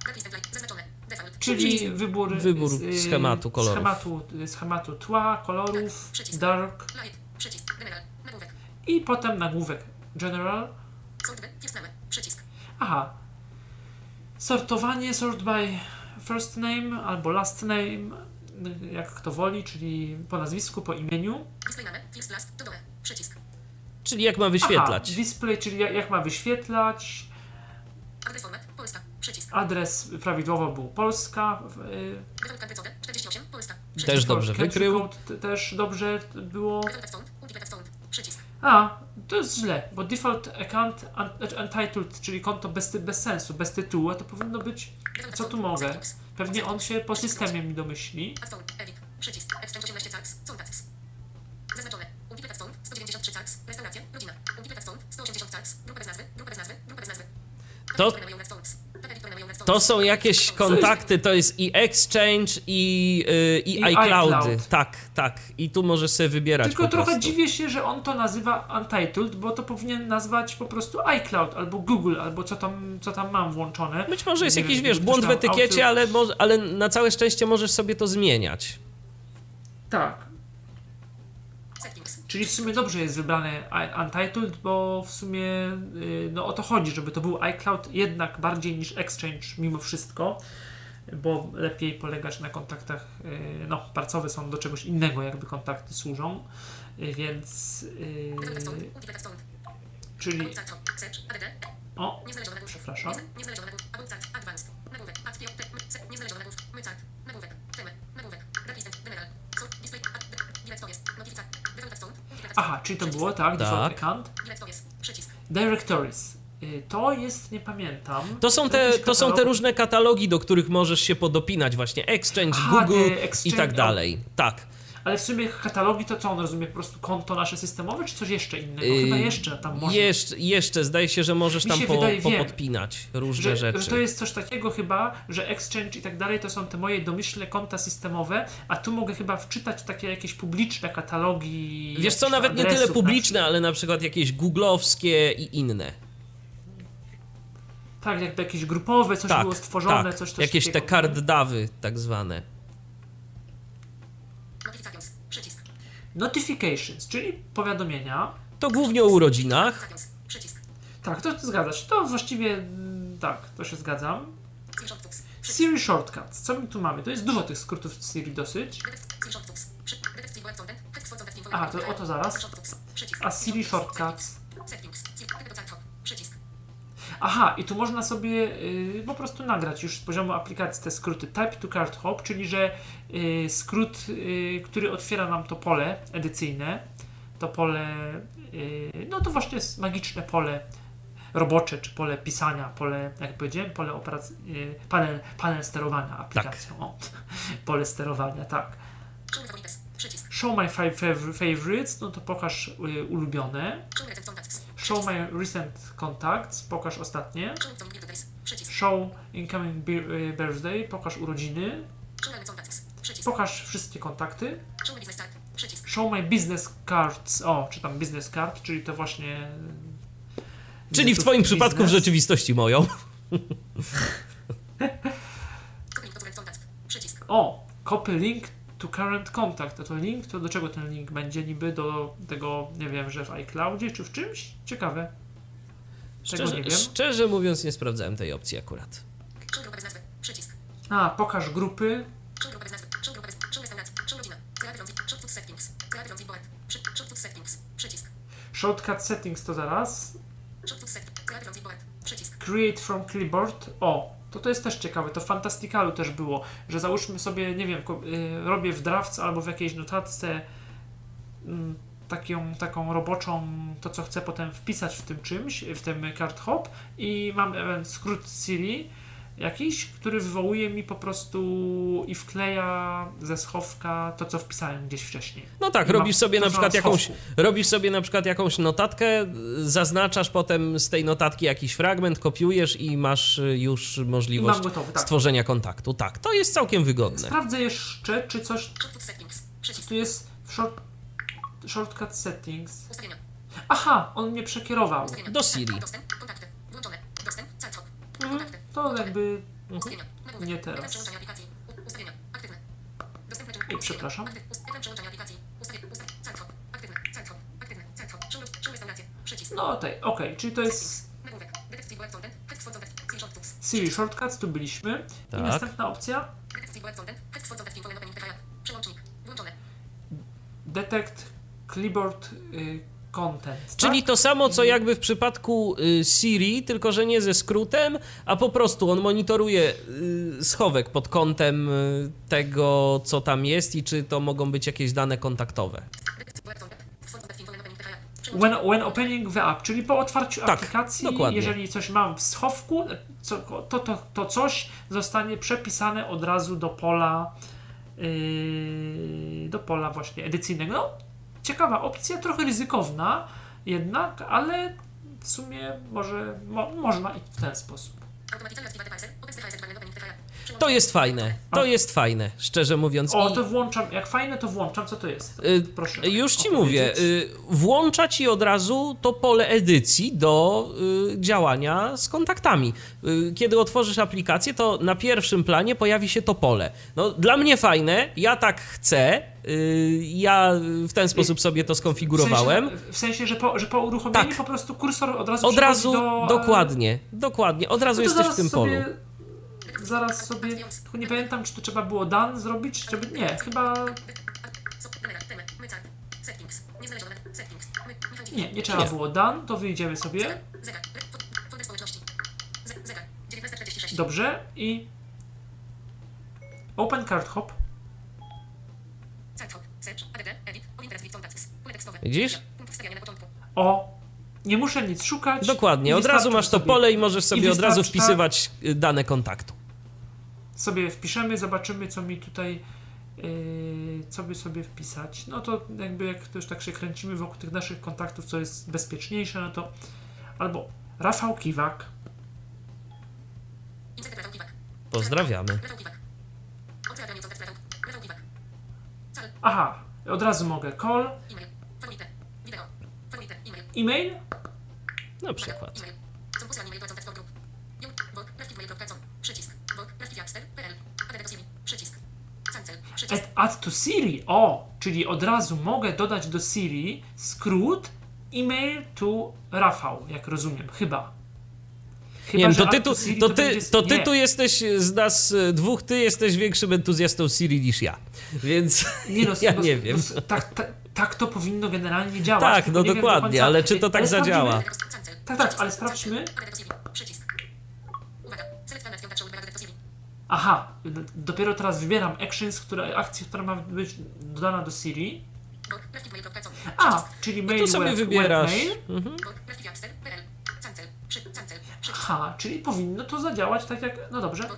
czyli wybór schematu kolorów. Schematu tła, kolorów, dark i potem nagłówek General. Aha. Sortowanie, sort by first name albo last name, jak kto woli, czyli po nazwisku, po imieniu. Czyli jak ma wyświetlać. Aha, display, czyli jak ma wyświetlać. Adres prawidłowo był Polska. Też dobrze wykrył. Też dobrze było. To jest źle, bo default account untitled, czyli konto bez sensu, bez tytułu, to powinno być, co tu mogę? Pewnie on się po systemie mi domyśli. Zaznaczone. Ubiquitous font 193 cars. Restauracja. Rodzina. Ubiquitous font 180 cars. Grupa bez nazwy. Grupa bez nazwy. Grupa bez nazwy. To są jakieś kontakty, to jest i Exchange i iCloudy. Tak. I tu możesz sobie wybierać. Tylko trochę dziwię się, że on to nazywa Untitled, bo to powinien nazwać po prostu iCloud albo Google, albo co tam mam włączone. Być może jest jakiś, błąd w etykiecie, ale na całe szczęście możesz sobie to zmieniać. Tak. Czyli w sumie dobrze jest wybrane Untitled, bo w sumie o to chodzi, żeby to był iCloud jednak bardziej niż Exchange mimo wszystko, bo lepiej polegać na kontaktach, pracowe są do czegoś innego, jakby kontakty służą, więc czyli przepraszam. Aha, czyli to było, tak? Default account. Directories. To jest, nie pamiętam. To są te różne katalogi, do których możesz się podopinać, właśnie Exchange, Google i tak dalej. Tak. Ale w sumie katalogi to co on rozumie? Po prostu konto nasze systemowe, czy coś jeszcze innego? Chyba jeszcze tam można. Jeszcze, zdaje się, że możesz tam podpinać różne rzeczy. Że to jest coś takiego chyba, że Exchange i tak dalej to są te moje domyślne konta systemowe, a tu mogę chyba wczytać takie jakieś publiczne katalogi. Wiesz co, nawet nie tyle publiczne, ale na przykład jakieś googlowskie i inne. Tak, jakby jakieś grupowe, coś było stworzone, coś jakieś takiego. Te card-dawy tak zwane. Notifications, czyli powiadomienia. To głównie o urodzinach. Tak, to zgadza się. To właściwie tak, to się zgadzam. Siri Shortcuts. Co my tu mamy? To jest dużo tych skrótów Siri dosyć. Aha, to oto zaraz. A Siri Shortcuts. Aha, i tu można sobie po prostu nagrać już z poziomu aplikacji te skróty Type to Card Hop, czyli że skrót, który otwiera nam to pole edycyjne, to pole, to właśnie jest magiczne pole robocze, czy pole pisania, pole, jak powiedziałem, pole operacji, panel sterowania aplikacją. Tak. O, pole sterowania, tak. Show my favorites, to pokaż ulubione. Show my recent contacts, pokaż ostatnie. Show incoming birthday, pokaż urodziny. Pokaż wszystkie kontakty. Show my business cards, czy tam business card, czyli to właśnie... Czyli w twoim przypadku w rzeczywistości moją. Copy link to current contact. A to link, to do czego ten link będzie niby? Do tego, nie wiem, że w iCloudzie czy w czymś? Ciekawe. Szczerze mówiąc nie sprawdzałem tej opcji akurat. Pokaż grupy. Shortcut settings to zaraz. Create from clipboard. To jest też ciekawe, to w Fantasticalu też było, że załóżmy sobie, nie wiem, robię w Drafts albo w jakiejś notatce taką roboczą, to co chcę potem wpisać w tym czymś, w tym card hop i mam skrót Siri jakiś, który wywołuje mi po prostu i wkleja ze schowka to, co wpisałem gdzieś wcześniej. No tak, I robisz sobie na przykład schowku. jakąś notatkę, zaznaczasz potem z tej notatki jakiś fragment, kopiujesz i masz już możliwość gotowy, tak. stworzenia kontaktu. Tak, to jest całkiem wygodne. Sprawdzę jeszcze, czy coś Shortcut settings. Przycisk. tu jest w shortcut settings. Ustawienia. Aha, on mnie przekierował. Ustawienia. Do Siri. Dostęp. Kontakty. Włączone. Dostęp. Centrum. Kontakty. To jakby Ustawienia. Nagłówek. nie teraz. Ekran przełączania aplikacji. Ustawienia. Aktywne. Dostępne czynności. I przepraszam. Ekran przełączania aplikacji. Centrum. Aktywne. Centrum. Aktywne. Centrum. Szum restauracje. Przycisk. No okej, czyli to jest Nagłówek. Detect web content. Text for content. Siri shortcuts. Siri Shortcuts, tu byliśmy. Tak. I następna opcja Detect web content. Text for content. Info opening PHP. Przełącznik. Włączone. Detect Clipboard Content. Czyli tak? to samo, co jakby w przypadku Siri, tylko że nie ze skrótem, a po prostu on monitoruje schowek pod kątem tego, co tam jest i czy to mogą być jakieś dane kontaktowe. Detect web content. Text for content. Info opening PHP. When opening the app, czyli po otwarciu Tak, aplikacji, dokładnie. jeżeli coś mam w schowku, to coś zostanie przepisane od razu do pola właśnie edycyjnego. No, ciekawa opcja, trochę ryzykowna jednak, ale w sumie można i w ten sposób. Automatycznie activate devices. Obecny device opening PHP. To jest fajne, szczerze mówiąc. O, to włączam, jak fajne to włączam, co to jest? Proszę. Już ci opowiedzieć. mówię, włącza ci od razu to pole edycji do działania z kontaktami. Kiedy otworzysz aplikację, to na pierwszym planie pojawi się to pole. No, dla mnie fajne, ja tak chcę, ja w ten sposób sobie to skonfigurowałem. W sensie, że po uruchomieniu Tak. po prostu kursor od razu Od razu, do... dokładnie, od razu No to jesteś w zaraz tym sobie, polu. Zaraz sobie, tylko nie pamiętam, czy to trzeba było done zrobić, żeby... Nie, chyba... Nie trzeba Nie. było done, to wyjdziemy sobie. Dobrze i... Open Card Hop. Widzisz? O, nie muszę nic szukać. Dokładnie, od razu masz to pole i możesz sobie od razu wpisywać dane kontaktu. Sobie wpiszemy, zobaczymy, co mi tutaj, co by sobie wpisać. No to jakby jak to już tak się kręcimy wokół tych naszych kontaktów, co jest bezpieczniejsze, no to albo Rafał Kiwak. Pozdrawiamy. Aha, od razu mogę call, e-mail, Na przykład. add to Siri. O, czyli od razu mogę dodać do Siri skrót email to Rafał, jak rozumiem, chyba. Nie wiem, że ty tu jesteś z nas dwóch, ty jesteś większym entuzjastą Siri niż ja, więc ja nie wiem. Tak to powinno generalnie działać. Tak, no dokładnie, ale czy to tak zadziała? Tak, ale sprawdźmy. Aha, dopiero teraz wybieram akcję, która ma być dodana do Siri. Czyli mail, tu sobie wybierasz. Webmail. Aha, czyli powinno to zadziałać tak jak... No dobrze.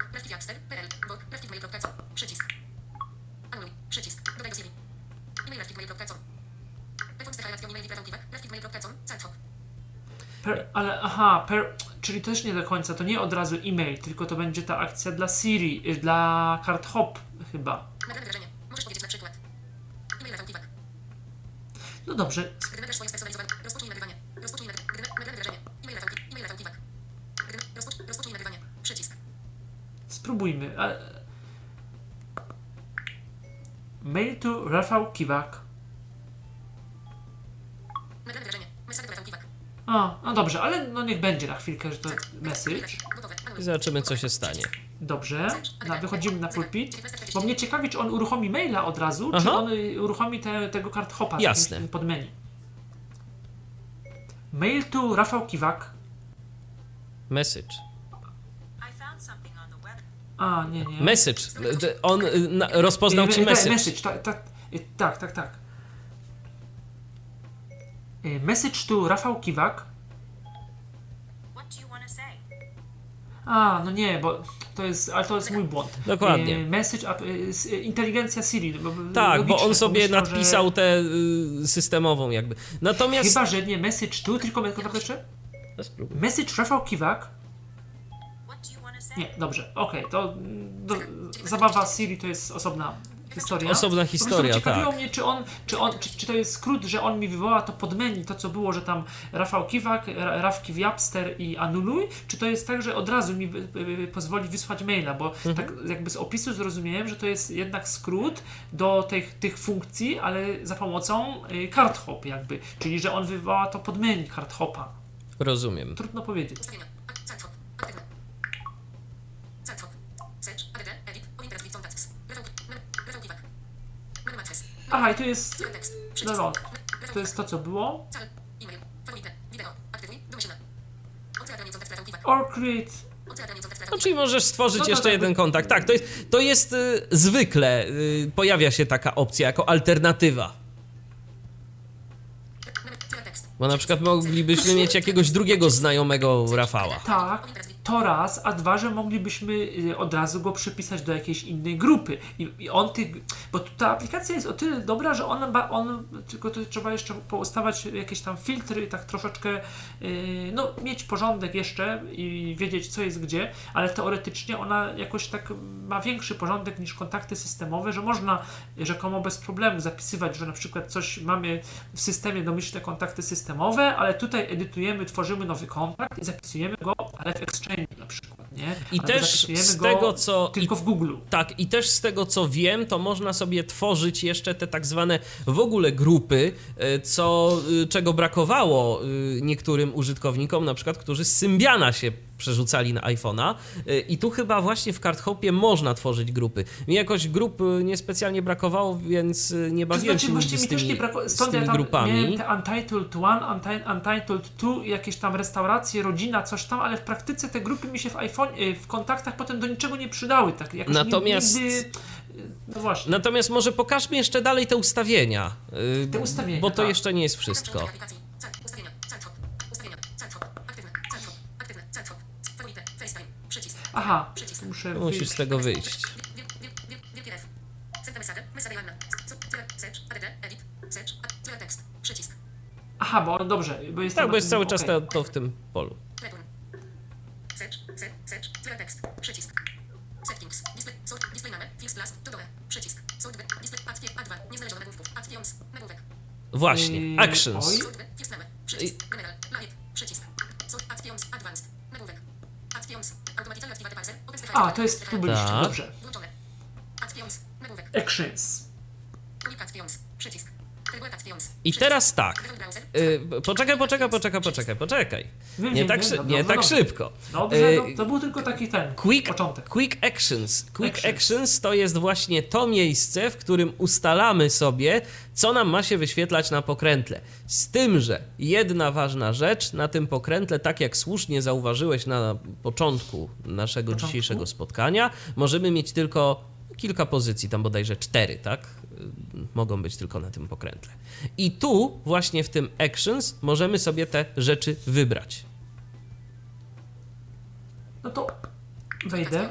Czyli też nie do końca, to nie od razu e-mail, tylko to będzie ta akcja dla Siri, dla Card Hop chyba. Możesz powiedzieć na przykład No dobrze. Rozpocznij nagrywanie. Rozpocznij nagrywanie. Przycisk. Spróbujmy. Mail to Rafał Kiwak. No dobrze, ale no niech będzie na chwilkę, że to message. I zobaczymy, co się stanie. Dobrze, wychodzimy na pulpit, bo mnie ciekawi, czy on uruchomi maila od razu, czy on uruchomi tego card hopa pod menu. Mail to Rafał Kiwak. Message. Nie. Message. On rozpoznał ci message. Tak. Message to Rafał Kiwak. No nie, bo ale to jest mój błąd. Dokładnie. Inteligencja Siri. Tak, bo on sobie myślę, nadpisał tę systemową jakby. Natomiast... Chyba, że nie message to, tylko jeszcze? Message Rafał Kiwak. Nie, dobrze, okej, to zabawa Siri to jest osobna historia. Osobna historia, ciekawiło tak. mnie, czy to jest skrót, że on mi wywoła to pod menu, to co było, że tam Rafał Kiwak, Rafki Wjapster i anuluj, czy to jest tak, że od razu mi pozwoli wysłać maila, bo tak jakby z opisu zrozumiałem, że to jest jednak skrót do tych funkcji, ale za pomocą card hop jakby, czyli że on wywoła to pod menu card hopa. Rozumiem. Trudno powiedzieć. Aha, i tu jest... No, to jest to, co było. Or create... No, czyli możesz stworzyć jeszcze jeden kontakt. Tak, to jest zwykle pojawia się taka opcja jako alternatywa. Bo na przykład moglibyśmy mieć jakiegoś drugiego znajomego Rafała. Tak, to raz, a dwa, że moglibyśmy od razu go przypisać do jakiejś innej grupy. I on bo ta aplikacja jest o tyle dobra, że on tylko to trzeba jeszcze poustawiać jakieś tam filtry, tak troszeczkę mieć porządek jeszcze i wiedzieć, co jest gdzie, ale teoretycznie ona jakoś tak ma większy porządek niż kontakty systemowe, że można rzekomo bez problemu zapisywać, że na przykład coś mamy w systemie domyślne kontakty systemowe, ale tutaj edytujemy, tworzymy nowy kontakt i zapisujemy go, ale w Exchange na przykład, nie? I też z tego, co... Tylko w Google. Tak, i też z tego, co wiem, to można sobie tworzyć jeszcze te tak zwane w ogóle grupy, czego brakowało niektórym użytkownikom, na przykład, którzy z Symbiana się przerzucali na iPhone'a i tu chyba właśnie w CardHopie można tworzyć grupy. Mi jakoś grup niespecjalnie brakowało, więc nie bawiłem się nigdy z tymi grupami. Miałem te Untitled One, Untitled Two, jakieś tam restauracje, rodzina, coś tam, ale w praktyce te grupy mi się w kontaktach potem do niczego nie przydały. Tak, jakoś natomiast... nigdy... No właśnie. Natomiast może pokażmy jeszcze dalej te ustawienia. Bo to jeszcze nie jest wszystko. Aha, musisz z tego wyjść. Aha, bo dobrze, bo jest tak, bo jest cały czas to w tym polu. Właśnie, actions. A, to jest tu byliście, tak. Dobrze. Actions. I teraz tak. Poczekaj. Nie tak szybko. Dobrze, to był tylko taki początek. Quick Actions to jest właśnie to miejsce, w którym ustalamy sobie, co nam ma się wyświetlać na pokrętle. Z tym, że jedna ważna rzecz na tym pokrętle, tak jak słusznie zauważyłeś na początku naszego dzisiejszego spotkania, możemy mieć tylko kilka pozycji, tam bodajże 4, tak? Mogą być tylko na tym pokrętle. I tu właśnie w tym Actions możemy sobie te rzeczy wybrać. No to wejdę.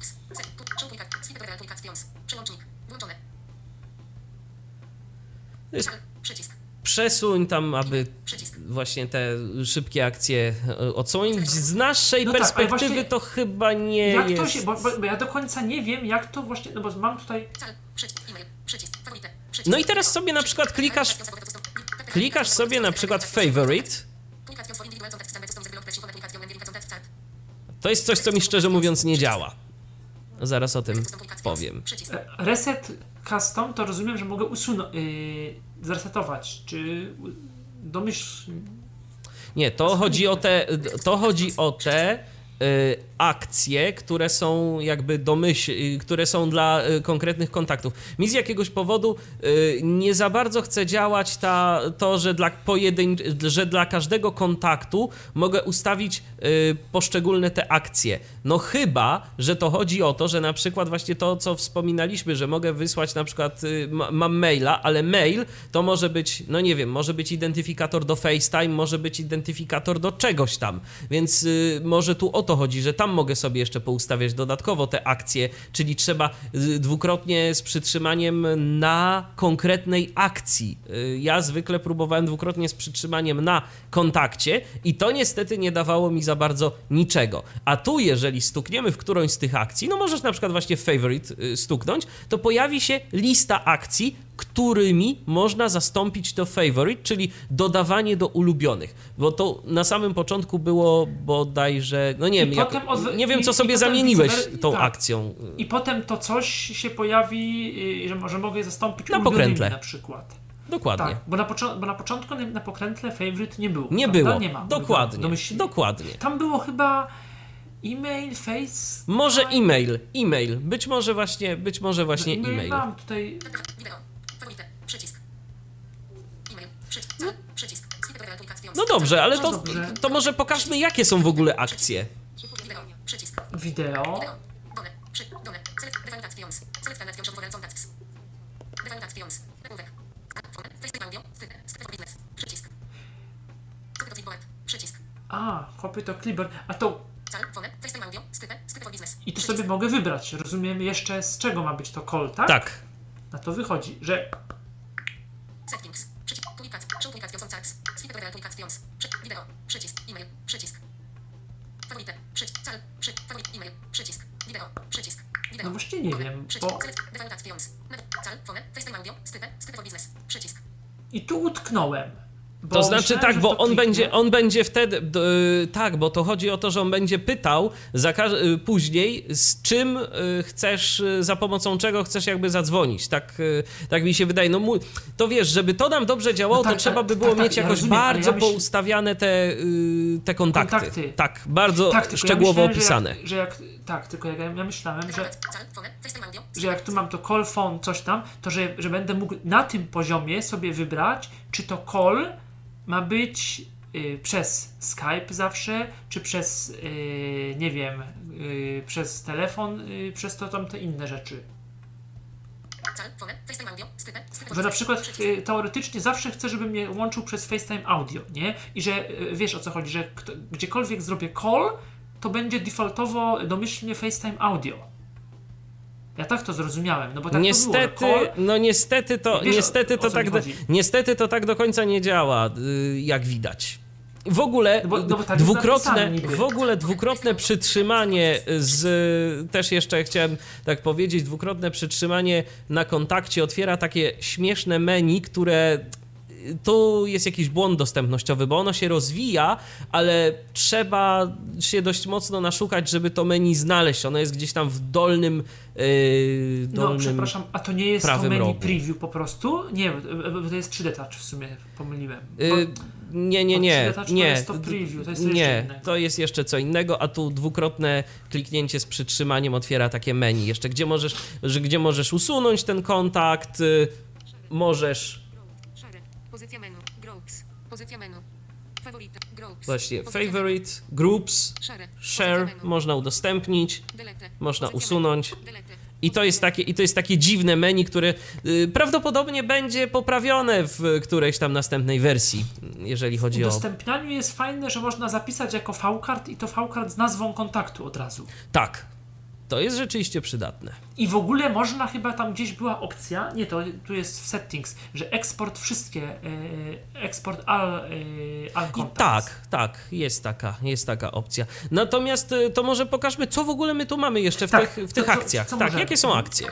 Przesuń tam, aby właśnie te szybkie akcje odsłonić. Z naszej perspektywy to chyba nie jak jest... To się, bo ja do końca nie wiem, jak to właśnie... No bo mam tutaj... No i teraz sobie na przykład klikasz sobie na przykład favorite. To jest coś, co mi szczerze mówiąc nie działa. Zaraz o tym powiem. Reset custom to rozumiem, że mogę zresetować, czy Nie, to chodzi o te akcje, które są jakby które są dla konkretnych kontaktów. Mi z jakiegoś powodu nie za bardzo chce działać to, że dla każdego kontaktu mogę ustawić poszczególne te akcje. No chyba, że to chodzi o to, że na przykład właśnie to, co wspominaliśmy, że mogę wysłać na przykład, mam maila, ale mail to może być, no nie wiem, może być identyfikator do FaceTime, może być identyfikator do czegoś tam, więc może tu o to chodzi, że tam mogę sobie jeszcze poustawiać dodatkowo te akcje, czyli trzeba dwukrotnie z przytrzymaniem na konkretnej akcji. Ja zwykle próbowałem dwukrotnie z przytrzymaniem na kontakcie i to niestety nie dawało mi za bardzo niczego. A tu, jeżeli stukniemy w którąś z tych akcji, no możesz na przykład właśnie w favorite stuknąć, to pojawi się lista akcji, którymi można zastąpić to favorite, czyli dodawanie do ulubionych. Bo to na samym początku było bodajże, no nie wiem, nie wiem co sobie zamieniłeś tą akcją. I potem to coś się pojawi, że mogę je zastąpić na ulubionymi pokrętle. Na przykład. Dokładnie. Tak, bo na początku na pokrętle favorite nie było. Nie prawda? było. Nie ma. Dokładnie. Tam było chyba e-mail, face... Może e-mail. Być może właśnie e-mail. Mam tutaj... Wideo. Favorite. Przycisk. E-mail. Przycisk. No dobrze, ale to może pokażmy, jakie są w ogóle akcje. Wideo. Przycisk. Wideo. Done. Done. Select actions. Select actions of contacts. Define actions. Nagłówek. Facebook audio. Skrypt business. Przycisk. Przycisk. Copy to clipboard. A to... Facebook audio. Skrypt business. I tu sobie mogę wybrać. Rozumiem jeszcze, z czego ma być to call, tak? Tak. Na to wychodzi, że... Settings. Przycisk. Publikacja. Show publikacja contacts. Skrypt publikations. Wideo. Przycisk. E-mail. Przycisk. Favorite. Przycisk. Favorite. E-mail. Przycisk. Wideo. Przycisk. No właśnie nie wiem, bo... I tu utknąłem. To znaczy tak, bo on będzie wtedy, tak, bo to chodzi o to, że on będzie pytał później, z czym chcesz, za pomocą czego chcesz jakby zadzwonić, tak mi się wydaje. No to wiesz, żeby to nam dobrze działało, to trzeba by było mieć jakoś bardzo poustawiane te kontakty. Tak, bardzo szczegółowo opisane. Tylko ja myślałem, że jak tu mam to call phone, coś tam, to że będę mógł na tym poziomie sobie wybrać, czy to call ma być przez Skype zawsze, czy przez, nie wiem, przez telefon, przez to tam te inne rzeczy. Że na przykład teoretycznie zawsze chcę, żeby mnie łączył przez FaceTime Audio, nie? I że wiesz o co chodzi, że gdziekolwiek zrobię call, to będzie defaultowo domyślnie FaceTime Audio. Ja tak to zrozumiałem, no bo tak niestety, to było. No niestety to tak do końca nie działa, jak widać. W ogóle dwukrotne przytrzymanie też jeszcze chciałem tak powiedzieć, dwukrotne przytrzymanie na kontakcie otwiera takie śmieszne menu, które tu jest jakiś błąd dostępnościowy, bo ono się rozwija, ale trzeba się dość mocno naszukać, żeby to menu znaleźć. Ono jest gdzieś tam w dolnym no, przepraszam, a to nie jest to menu rogu. preview po prostu? Nie, to jest 3D Touch w sumie, pomyliłem. Nie. To jest to preview, to jest to jest jeszcze co innego, a tu dwukrotne kliknięcie z przytrzymaniem otwiera takie menu. Jeszcze gdzie możesz usunąć ten kontakt, możesz... Pozycja menu, groups, pozycja menu, favorite, groups. Właśnie, favorite, groups, share, można udostępnić, można usunąć. I to jest takie dziwne menu, które prawdopodobnie będzie poprawione w którejś tam następnej wersji, jeżeli chodzi o... W udostępnianiu jest fajne, że można zapisać jako V-card i to V-card z nazwą kontaktu od razu. Tak. To jest rzeczywiście przydatne. I w ogóle można, chyba tam gdzieś była opcja, nie, to tu jest w settings, że eksport wszystkie, eksport all contacts. Tak, jest taka opcja. Natomiast to może pokażmy, co w ogóle my tu mamy jeszcze w tych akcjach. Tak, jakie są akcje?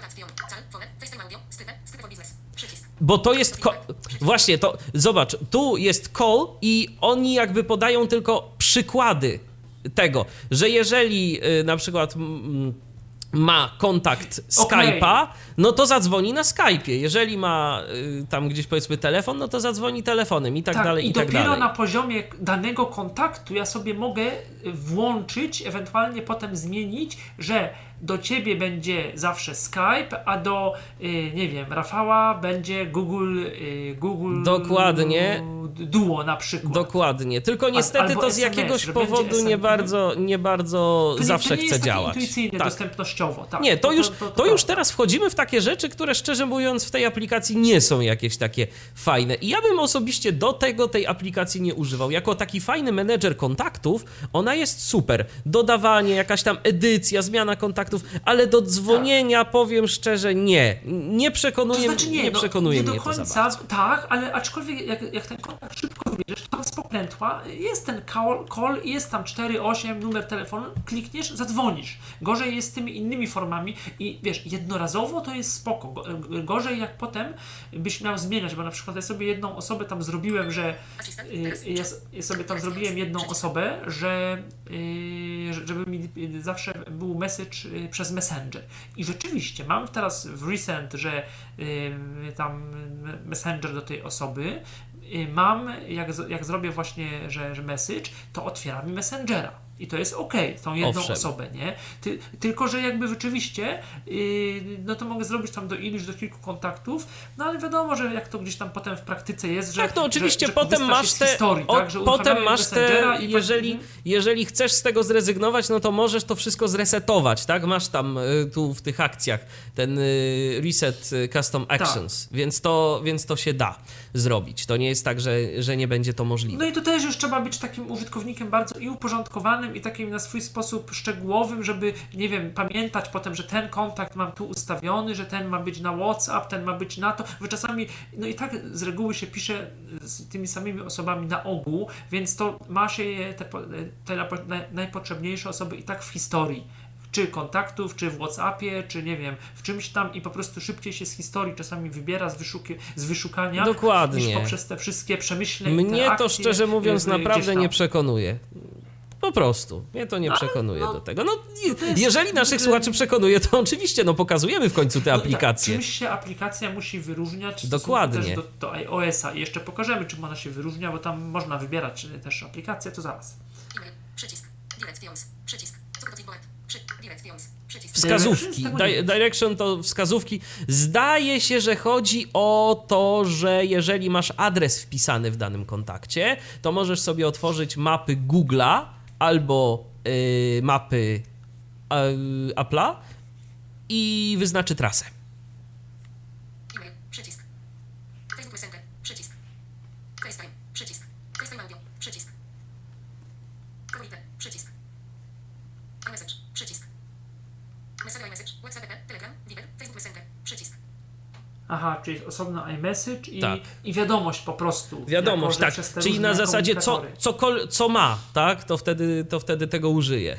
Bo to jest... Właśnie, to zobacz, tu jest call i oni jakby podają tylko przykłady tego, że jeżeli na przykład ma kontakt Skype'a, no to zadzwoni na Skype'ie. Jeżeli ma tam gdzieś powiedzmy telefon, no to zadzwoni telefonem i tak dalej, i tak dalej. I dopiero na poziomie danego kontaktu ja sobie mogę włączyć, ewentualnie potem zmienić, że do ciebie będzie zawsze Skype, a do, nie wiem, Rafała będzie Google Dokładnie. Duo na przykład. Dokładnie. Tylko niestety to z jakiegoś powodu nie bardzo zawsze chce działać. Intuicyjne dostępnościowo. Tak. Nie, to już teraz wchodzimy w takie rzeczy, które szczerze mówiąc w tej aplikacji nie są jakieś takie fajne. I ja bym osobiście do tej aplikacji nie używał. Jako taki fajny menedżer kontaktów, ona jest super. Dodawanie, jakaś tam edycja, zmiana kontaktów, ale do dzwonienia powiem szczerze nie przekonuje, to znaczy nie przekonuje nie mnie do końca, to za bardzo. Tak, ale aczkolwiek jak ten kontakt szybko wybierzesz, to z pokrętła jest ten call i jest tam 4-8 numer telefonu, klikniesz, zadzwonisz. Gorzej jest z tymi innymi formami i wiesz, jednorazowo to jest spoko. Gorzej jak potem byś miał zmieniać, bo na przykład ja sobie jedną osobę tam zrobiłem, że ja sobie tam zrobiłem jedną osobę, żeby mi zawsze był message przez Messenger. I rzeczywiście mam teraz w recent, że tam Messenger do tej osoby mam, jak zrobię właśnie, że message, to otwiera mi Messengera. I to jest tą jedną osobę, nie? Tylko, że jakby rzeczywiście, no to mogę zrobić tam do kilku kontaktów, no ale wiadomo, że jak to gdzieś tam potem w praktyce jest, że... Tak, to oczywiście że potem masz te... historii, tak? Potem masz te... Jeżeli chcesz z tego zrezygnować, no to możesz to wszystko zresetować, tak? Masz tam tu w tych akcjach ten reset custom actions, tak. Więc to się da zrobić. To nie jest tak, że nie będzie to możliwe. No i to też już trzeba być takim użytkownikiem bardzo i uporządkowanym, i takim na swój sposób szczegółowym, żeby, nie wiem, pamiętać potem, że ten kontakt mam tu ustawiony, że ten ma być na WhatsApp, ten ma być na to, bo czasami, no i tak z reguły się pisze z tymi samymi osobami na ogół, więc to ma się te najpotrzebniejsze osoby i tak w historii. Czy kontaktów, czy w WhatsAppie, czy nie wiem, w czymś tam i po prostu szybciej się z historii czasami wybiera z wyszukania. Dokładnie. Niż poprzez te wszystkie przemyślenia. Mnie to szczerze mówiąc naprawdę nie przekonuje. Po prostu. Mnie to nie przekonuje do tego. No, jeżeli naszych słuchaczy przekonuje, to oczywiście pokazujemy w końcu te aplikacje. Czymś się aplikacja musi wyróżniać. Dokładnie. Też do iOS-a. I jeszcze pokażemy, czym ona się wyróżnia, bo tam można wybierać też aplikację, to zaraz. Przycisk. Directions. Przycisk. Directions. Przycisk. Wskazówki. Direction to wskazówki. Zdaje się, że chodzi o to, że jeżeli masz adres wpisany w danym kontakcie, to możesz sobie otworzyć mapy Google'a albo mapy Apple'a i wyznaczy trasę. E-mail. Przycisk. Facebook Messenger. Przycisk. FaceTime. Przycisk. FaceTime Audio. Przycisk. Computer. Przycisk. iMessage. Przycisk. Messenger iMessage. WhatsApp, Telegram, Viber, Facebook Messenger. Przycisk. Aha, czyli osobno iMessage tak. I wiadomość po prostu. Wiadomość, tak. Czyli na zasadzie co ma, tak? To wtedy tego użyje.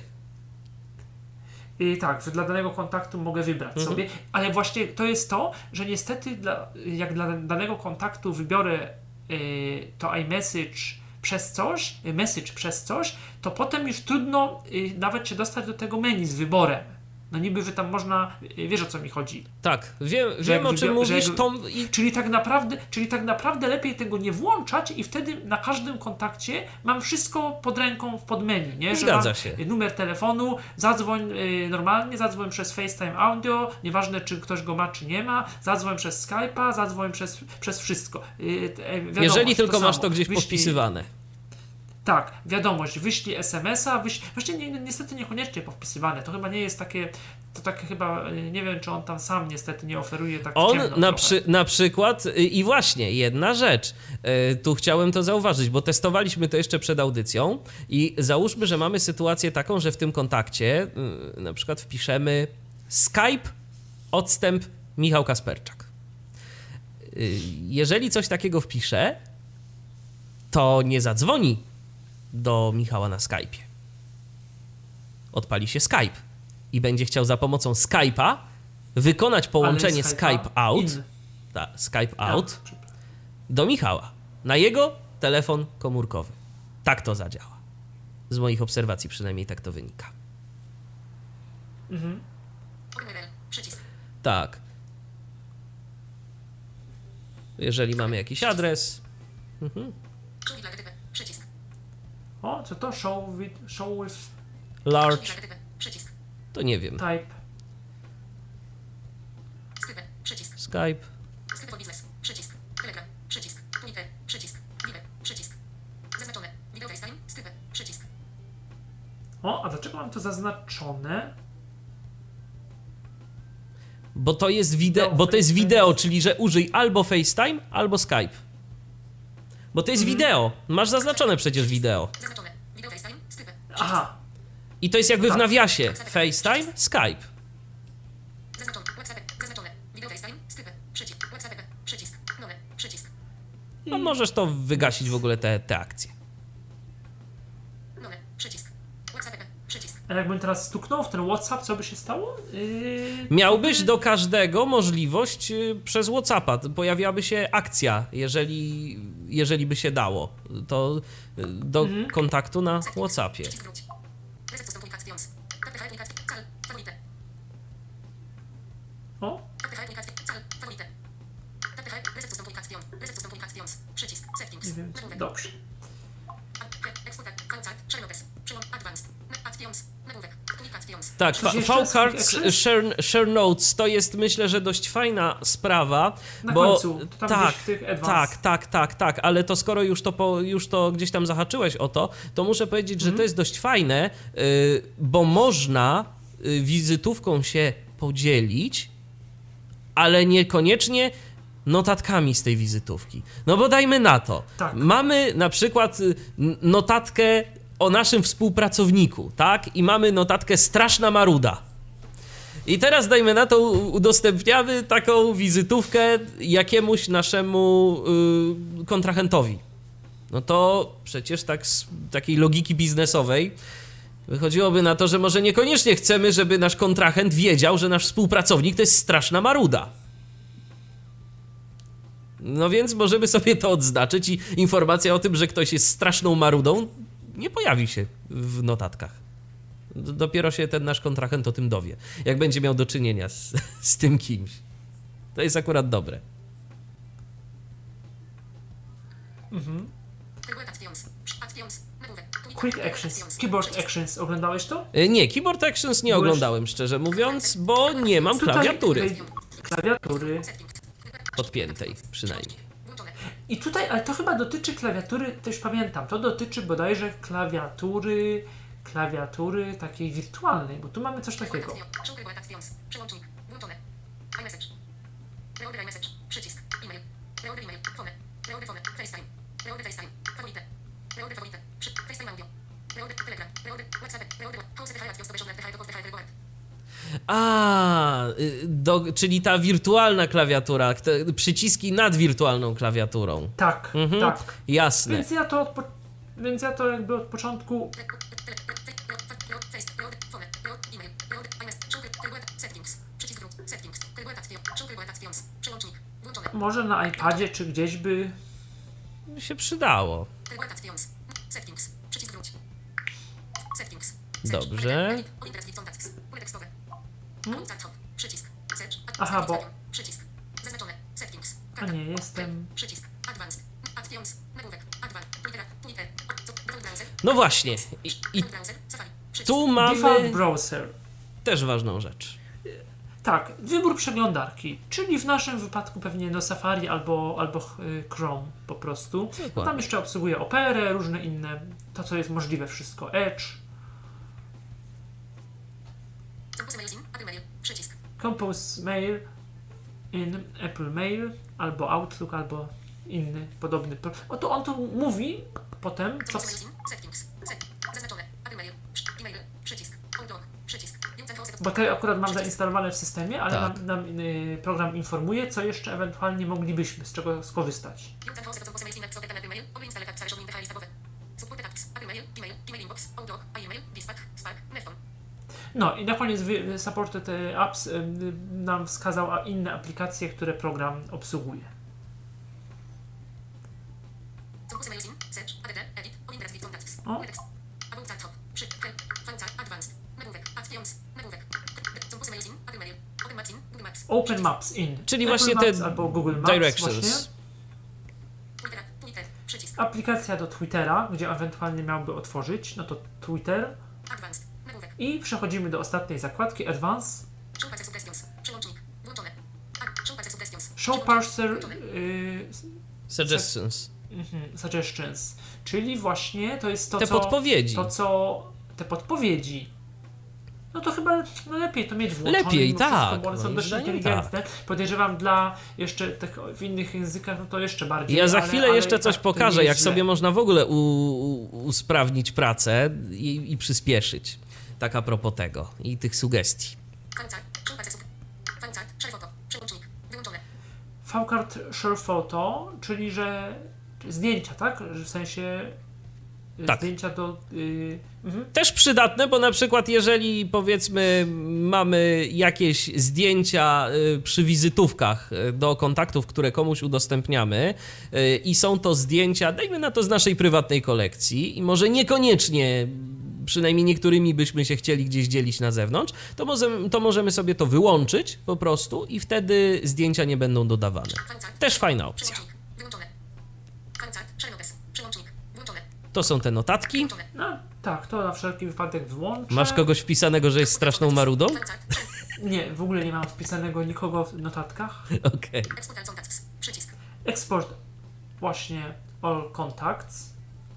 I tak, dla danego kontaktu mogę wybrać sobie, ale właśnie to jest to, że niestety jak dla danego kontaktu wybiorę to iMessage przez coś, to potem już trudno nawet się dostać do tego menu z wyborem. No niby, że tam można, wiesz o co mi chodzi. Tak, wiem o czym mówisz. Czyli tak naprawdę lepiej tego nie włączać i wtedy na każdym kontakcie mam wszystko pod ręką w podmenu, nie? Że Zgadza mam się. Numer telefonu, zadzwoń normalnie, zadzwoń przez FaceTime Audio, nieważne czy ktoś go ma czy nie ma, zadzwoń przez Skype'a, zadzwoń przez wszystko. Jeżeli tylko masz to gdzieś podpisywane. Tak, wiadomość, wyślij SMS-a, właśnie niestety niekoniecznie powpisywane, to chyba nie jest takie, to tak chyba, nie wiem czy on tam sam niestety nie oferuje tak ciemno. Na przykład, i właśnie jedna rzecz, tu chciałem to zauważyć, bo testowaliśmy to jeszcze przed audycją i załóżmy, że mamy sytuację taką, że w tym kontakcie na przykład wpiszemy Skype odstęp Michał Kasperczak. Jeżeli coś takiego wpiszę, to nie zadzwoni do Michała na Skype'ie. Odpali się Skype i będzie chciał za pomocą Skype'a wykonać połączenie Skype out do Michała na jego telefon komórkowy. Tak to zadziała. Z moich obserwacji przynajmniej tak to wynika. Tak. Jeżeli mamy jakiś adres. O, co to? Show with large. To nie wiem. Type. Skype. Skype for Business. Przycisk. Telegram. Przycisk. Twitter. Przycisk. Viber. Przycisk. Zaznaczone. Video FaceTime. Skype. Przycisk. O, a dlaczego mam to zaznaczone? Bo to jest wideo, czyli że użyj albo FaceTime, albo Skype. Bo to jest wideo. Masz zaznaczone przecież wideo. Zaznaczone. Video FaceTime. Skype. Aha. I to jest jakby w nawiasie FaceTime, Skype. Zaznaczone. WhatsApp. Zaznaczone. Video FaceTime. Skype. Przycisk. WhatsApp. Przycisk. Nowe. Przycisk. No możesz to wygasić w ogóle te akcje. Nowe. Przycisk. WhatsApp. Przycisk. A jakbym teraz stuknął w ten WhatsApp, co by się stało? Miałbyś do każdego możliwość przez WhatsAppa. Pojawiałaby się akcja, jeżeli by się dało. To do kontaktu na WhatsAppie. Przycisk wróć. Reset ustąp komunikacji. KPH komunikacji. Cal. Favorite. O, KPH komunikacji. Cal. Favorite. KPH. Reset ustąp komunikacji. Reset ustąp komunikacji. Przycisk. Settings. nie wiem. Nagłówek. Dobrze. Eksporter. Calcart. Share notes. Przełącz. Advanced. Actions. Nagłówek. Communications. Tak, Coś jeszcze V-Cards z Actions? share Notes to jest, myślę, że dość fajna sprawa. Na bo końcu, to tam gdzieś w tych advanced. tak, ale to skoro już to gdzieś tam zahaczyłeś o to muszę powiedzieć, że to jest dość fajne, bo można wizytówką się podzielić, ale niekoniecznie notatkami z tej wizytówki. No bo dajmy na to. Tak. Mamy na przykład notatkę o naszym współpracowniku, tak? I mamy notatkę straszna maruda. I teraz dajmy na to, udostępniamy taką wizytówkę jakiemuś naszemu kontrahentowi. No to przecież tak z takiej logiki biznesowej wychodziłoby na to, że może niekoniecznie chcemy, żeby nasz kontrahent wiedział, że nasz współpracownik to jest straszna maruda. No więc możemy sobie to odznaczyć i informacja o tym, że ktoś jest straszną marudą, nie pojawi się w notatkach. Dopiero się ten nasz kontrahent o tym dowie, jak będzie miał do czynienia z tym kimś. To jest akurat dobre. Quick Actions, Keyboard Actions, oglądałeś to? Nie, Keyboard Actions nie oglądałem, szczerze mówiąc, bo nie mam klawiatury podpiętej przynajmniej. I tutaj, ale to chyba dotyczy klawiatury, to już pamiętam, to dotyczy bodajże klawiatury takiej wirtualnej, bo tu mamy coś takiego. Przełącznik. Włączone. iMessage. Reorder iMessage. Przycisk. E-mail. Reorder e-mail. Phone. Reorder phone. FaceTime. Reorder FaceTime. Favorite. Reorder favorite. FaceTime audio. Reorder Telegram. Reorder WhatsApp. Reorder House Highlight. Wstąpione. Czyli ta wirtualna klawiatura, przyciski nad wirtualną klawiaturą. Tak, tak. Jasne. Więc ja to jakby od początku... Może na iPadzie czy gdzieś by się przydało. Dobrze. Aha, bo... A nie, jestem... No właśnie. I tu mamy Default Browser. Też ważną rzecz. Tak, wybór przeglądarki, czyli w naszym wypadku pewnie no Safari albo Chrome po prostu. No tam jeszcze obsługuje Operę, różne inne, to co jest możliwe wszystko, Edge. Compose Mail in Apple Mail, albo Outlook, albo inny podobny. Oto on tu mówi potem, co... Bo te akurat mam zainstalowane w systemie, ale tak. nam program informuje, co jeszcze ewentualnie moglibyśmy z czego skorzystać. No i na koniec Supported Apps nam wskazał inne aplikacje, które program obsługuje. O. Open Maps in. Czyli Apple właśnie Maps te albo Google Maps Directions. Aplikacja do Twittera, gdzie ewentualnie miałby otworzyć, no to Twitter. I przechodzimy do ostatniej zakładki Advanced. Show parser Suggestions. Czyli właśnie to jest to, Te podpowiedzi. Te podpowiedzi. No to chyba lepiej to mieć włączone. Lepiej, tak. Wszystko, bo one są dość inteligentne. Podejrzewam dla jeszcze w innych językach, no to jeszcze bardziej. Ja za chwilę jeszcze coś tak, pokażę, jak sobie można w ogóle usprawnić pracę i przyspieszyć. Tak a propos tego i tych sugestii. VCard Share Photo, czyli że zdjęcia, tak? Że w sensie tak. Zdjęcia do... Też przydatne, bo na przykład jeżeli powiedzmy mamy jakieś zdjęcia przy wizytówkach do kontaktów, które komuś udostępniamy i są to zdjęcia, dajmy na to z naszej prywatnej kolekcji i może niekoniecznie przynajmniej niektórymi byśmy się chcieli gdzieś dzielić na zewnątrz, to możemy sobie to wyłączyć po prostu i wtedy zdjęcia nie będą dodawane. Też fajna opcja. To są te notatki. No tak, to na wszelki wypadek wyłączę. Masz kogoś wpisanego, że jest straszną marudą? Nie, w ogóle nie mam wpisanego nikogo w notatkach. Okej. Export właśnie all contacts.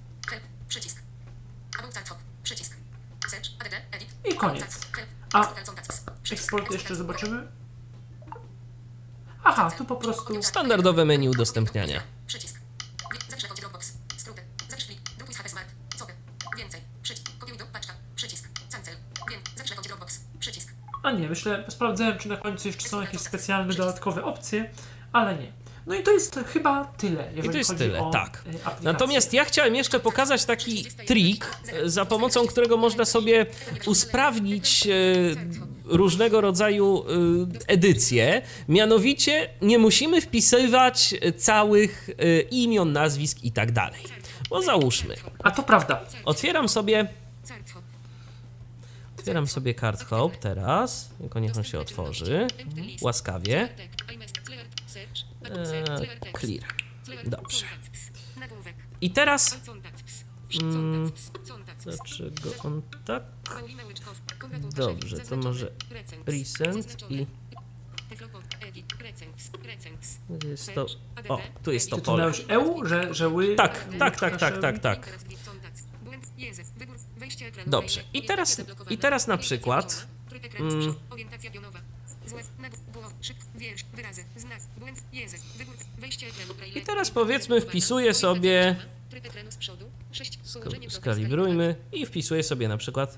I koniec. A eksport jeszcze zobaczymy. Aha, tu po prostu... Standardowe menu udostępniania. A nie, myślę, sprawdzałem, czy na końcu jeszcze są jakieś specjalne, dodatkowe opcje, ale nie. No i to jest chyba tyle, jeżeli chodzi o tak. aplikację. Natomiast ja chciałem jeszcze pokazać taki trik, za pomocą którego można sobie usprawnić różnego rodzaju edycje. Mianowicie nie musimy wpisywać całych imion, nazwisk i tak dalej. Bo załóżmy. A to prawda. Otwieram sobie CardHope teraz. Tylko niech on się otworzy. Łaskawie. Clear. Dobrze. I teraz... Dlaczego on tak? Dobrze, to może recent i... Jest to... O, tu jest to Czy pole. miałeś EU, że ły... Tak. Dobrze. I teraz na przykład... I teraz powiedzmy wpisuję sobie... Skalibrujmy i wpisuję sobie na przykład...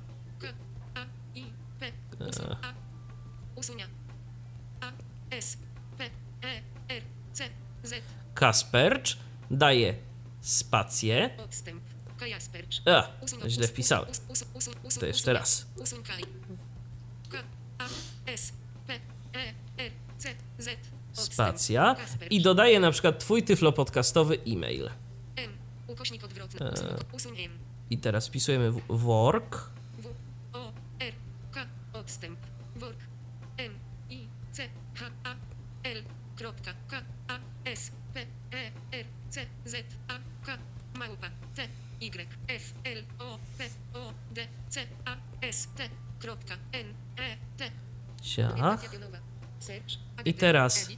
Kaspercz, daję spację. Źle wpisałem. To jeszcze raz. Spacja i dodaję na przykład twój tyflopodcastowy e-mail. I teraz wpisujemy work. Ciach. I teraz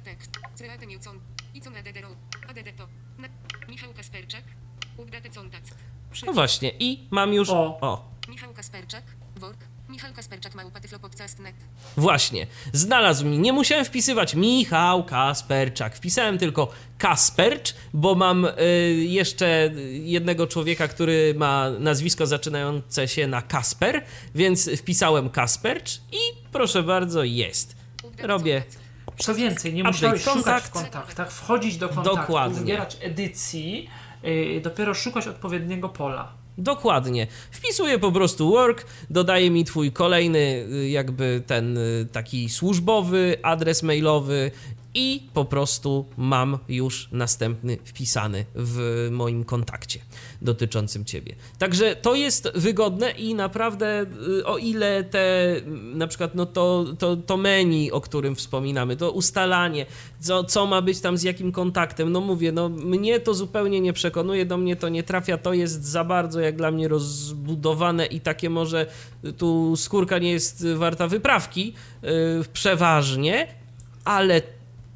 no właśnie, i mam już... Michał Kasperczak, work. Michał Kasperczak, @tyflopodcast.net. Właśnie, znalazł mi. Nie musiałem wpisywać Michał Kasperczak. Wpisałem tylko Kaspercz, bo mam jeszcze jednego człowieka, który ma nazwisko zaczynające się na Kasper, więc wpisałem Kaspercz i proszę bardzo, jest. Robię... Co więcej, nie musiałeś szukać w kontaktach, wchodzić do kontaktów, Dokładnie. wybierać edycji, dopiero szukać odpowiedniego pola. Dokładnie. Wpisuję po prostu work, dodaje mi twój kolejny jakby ten taki służbowy adres mailowy i po prostu mam już następny wpisany w moim kontakcie dotyczącym ciebie. Także to jest wygodne i naprawdę o ile na przykład to menu, o którym wspominamy, to ustalanie, co ma być tam z jakim kontaktem, no mówię, mnie to zupełnie nie przekonuje, do mnie to nie trafia, to jest za bardzo jak dla mnie rozbudowane i takie może tu skórka nie jest warta wyprawki przeważnie, ale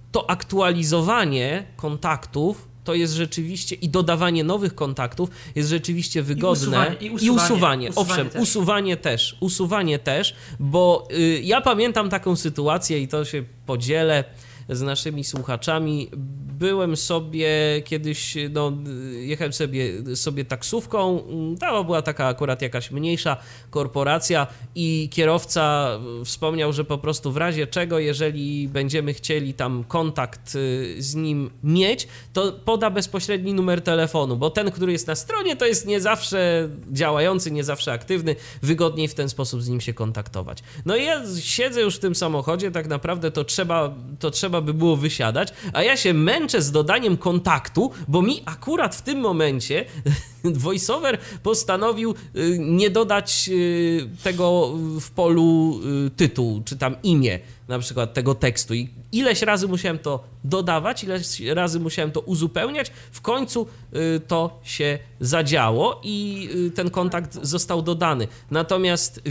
to aktualizowanie kontaktów to jest rzeczywiście i dodawanie nowych kontaktów jest rzeczywiście wygodne. I usuwanie. Owszem, usuwanie też, bo ja pamiętam taką sytuację i to się podzielę z naszymi słuchaczami. Byłem sobie kiedyś, jechałem sobie taksówką, to była taka akurat jakaś mniejsza korporacja i kierowca wspomniał, że po prostu w razie czego, jeżeli będziemy chcieli tam kontakt z nim mieć, to poda bezpośredni numer telefonu, bo ten, który jest na stronie, to jest nie zawsze działający, nie zawsze aktywny, wygodniej w ten sposób z nim się kontaktować. No i ja siedzę już w tym samochodzie, tak naprawdę to trzeba by było wysiadać, a ja się męczę z dodaniem kontaktu, bo mi akurat w tym momencie VoiceOver postanowił nie dodać tego w polu tytuł, czy tam imię, na przykład tego tekstu. I ileś razy musiałem to dodawać, ileś razy musiałem to uzupełniać. W końcu to się zadziało i ten kontakt został dodany. Natomiast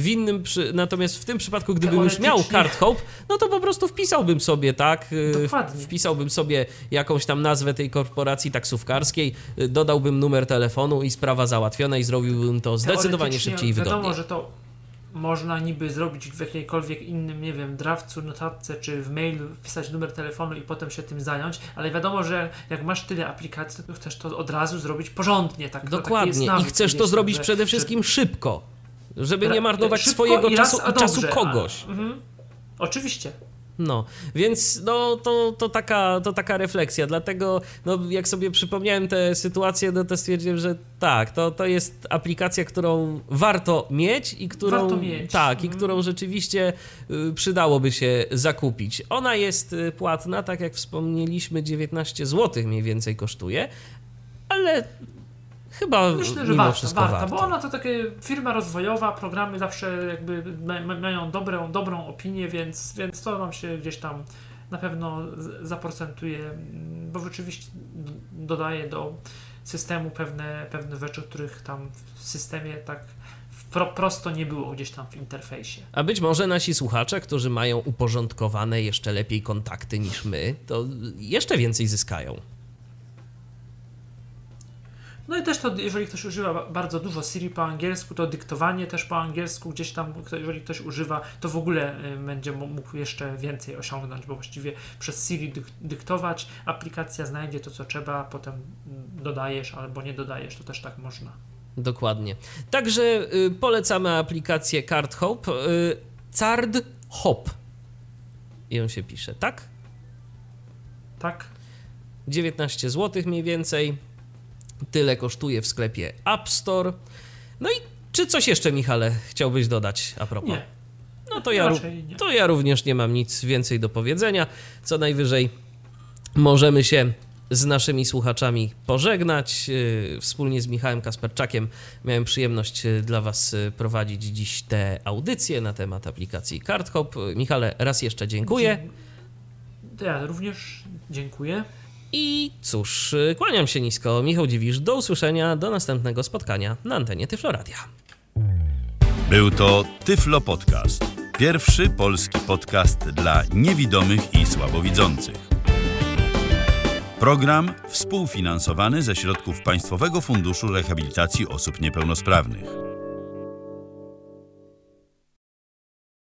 w tym przypadku, gdybym już miał CardHope, no to po prostu wpisałbym sobie, tak? Dokładnie. Wpisałbym sobie jakąś tam nazwę tej korporacji taksówkarskiej, dodałbym numer telefonu i sprawa załatwiona i zrobiłbym to zdecydowanie szybciej i wygodniej. Wiadomo, że to można niby zrobić w jakiejkolwiek innym, nie wiem, drawcu, notatce czy w mailu, wpisać numer telefonu i potem się tym zająć, ale wiadomo, że jak masz tyle aplikacji, to chcesz to od razu zrobić porządnie. Tak, dokładnie. I chcesz to zrobić przede wszystkim szybko, żeby nie marnować swojego czasu i czasu kogoś. Oczywiście. No, więc to taka refleksja, dlatego jak sobie przypomniałem tę sytuację, to stwierdziłem, że tak, to jest aplikacja, którą warto mieć i którą rzeczywiście przydałoby się zakupić. Ona jest płatna, tak jak wspomnieliśmy, 19 zł mniej więcej kosztuje, ale chyba myślę, że warto, bo ona to takie firma rozwojowa, programy zawsze jakby mają dobrą opinię, więc to nam się gdzieś tam na pewno zaprocentuje, bo rzeczywiście dodaje do systemu pewne rzeczy, których tam w systemie tak prosto nie było gdzieś tam w interfejsie. A być może nasi słuchacze, którzy mają uporządkowane jeszcze lepiej kontakty niż my, to jeszcze więcej zyskają. No i też to, jeżeli ktoś używa bardzo dużo Siri po angielsku, to dyktowanie też po angielsku gdzieś tam, jeżeli ktoś używa, to w ogóle będzie mógł jeszcze więcej osiągnąć, bo właściwie przez Siri dyktować, aplikacja znajdzie to, co trzeba, potem dodajesz albo nie dodajesz, to też tak można. Dokładnie. Także polecamy aplikację CardHope. CardHope. I on się pisze, tak? Tak. 19 zł mniej więcej. Tyle kosztuje w sklepie App Store. No i czy coś jeszcze, Michale, chciałbyś dodać a propos? Nie. No to ja również nie mam nic więcej do powiedzenia. Co najwyżej możemy się z naszymi słuchaczami pożegnać. Wspólnie z Michałem Kasperczakiem miałem przyjemność dla Was prowadzić dziś tę audycję na temat aplikacji CardHope. Michale, raz jeszcze dziękuję. Ja również dziękuję. I cóż, kłaniam się nisko. Michał Dziwisz, do usłyszenia, do następnego spotkania na antenie Tyflo Radia. Był to Tyflo Podcast. Pierwszy polski podcast dla niewidomych i słabowidzących. Program współfinansowany ze środków Państwowego Funduszu Rehabilitacji Osób Niepełnosprawnych.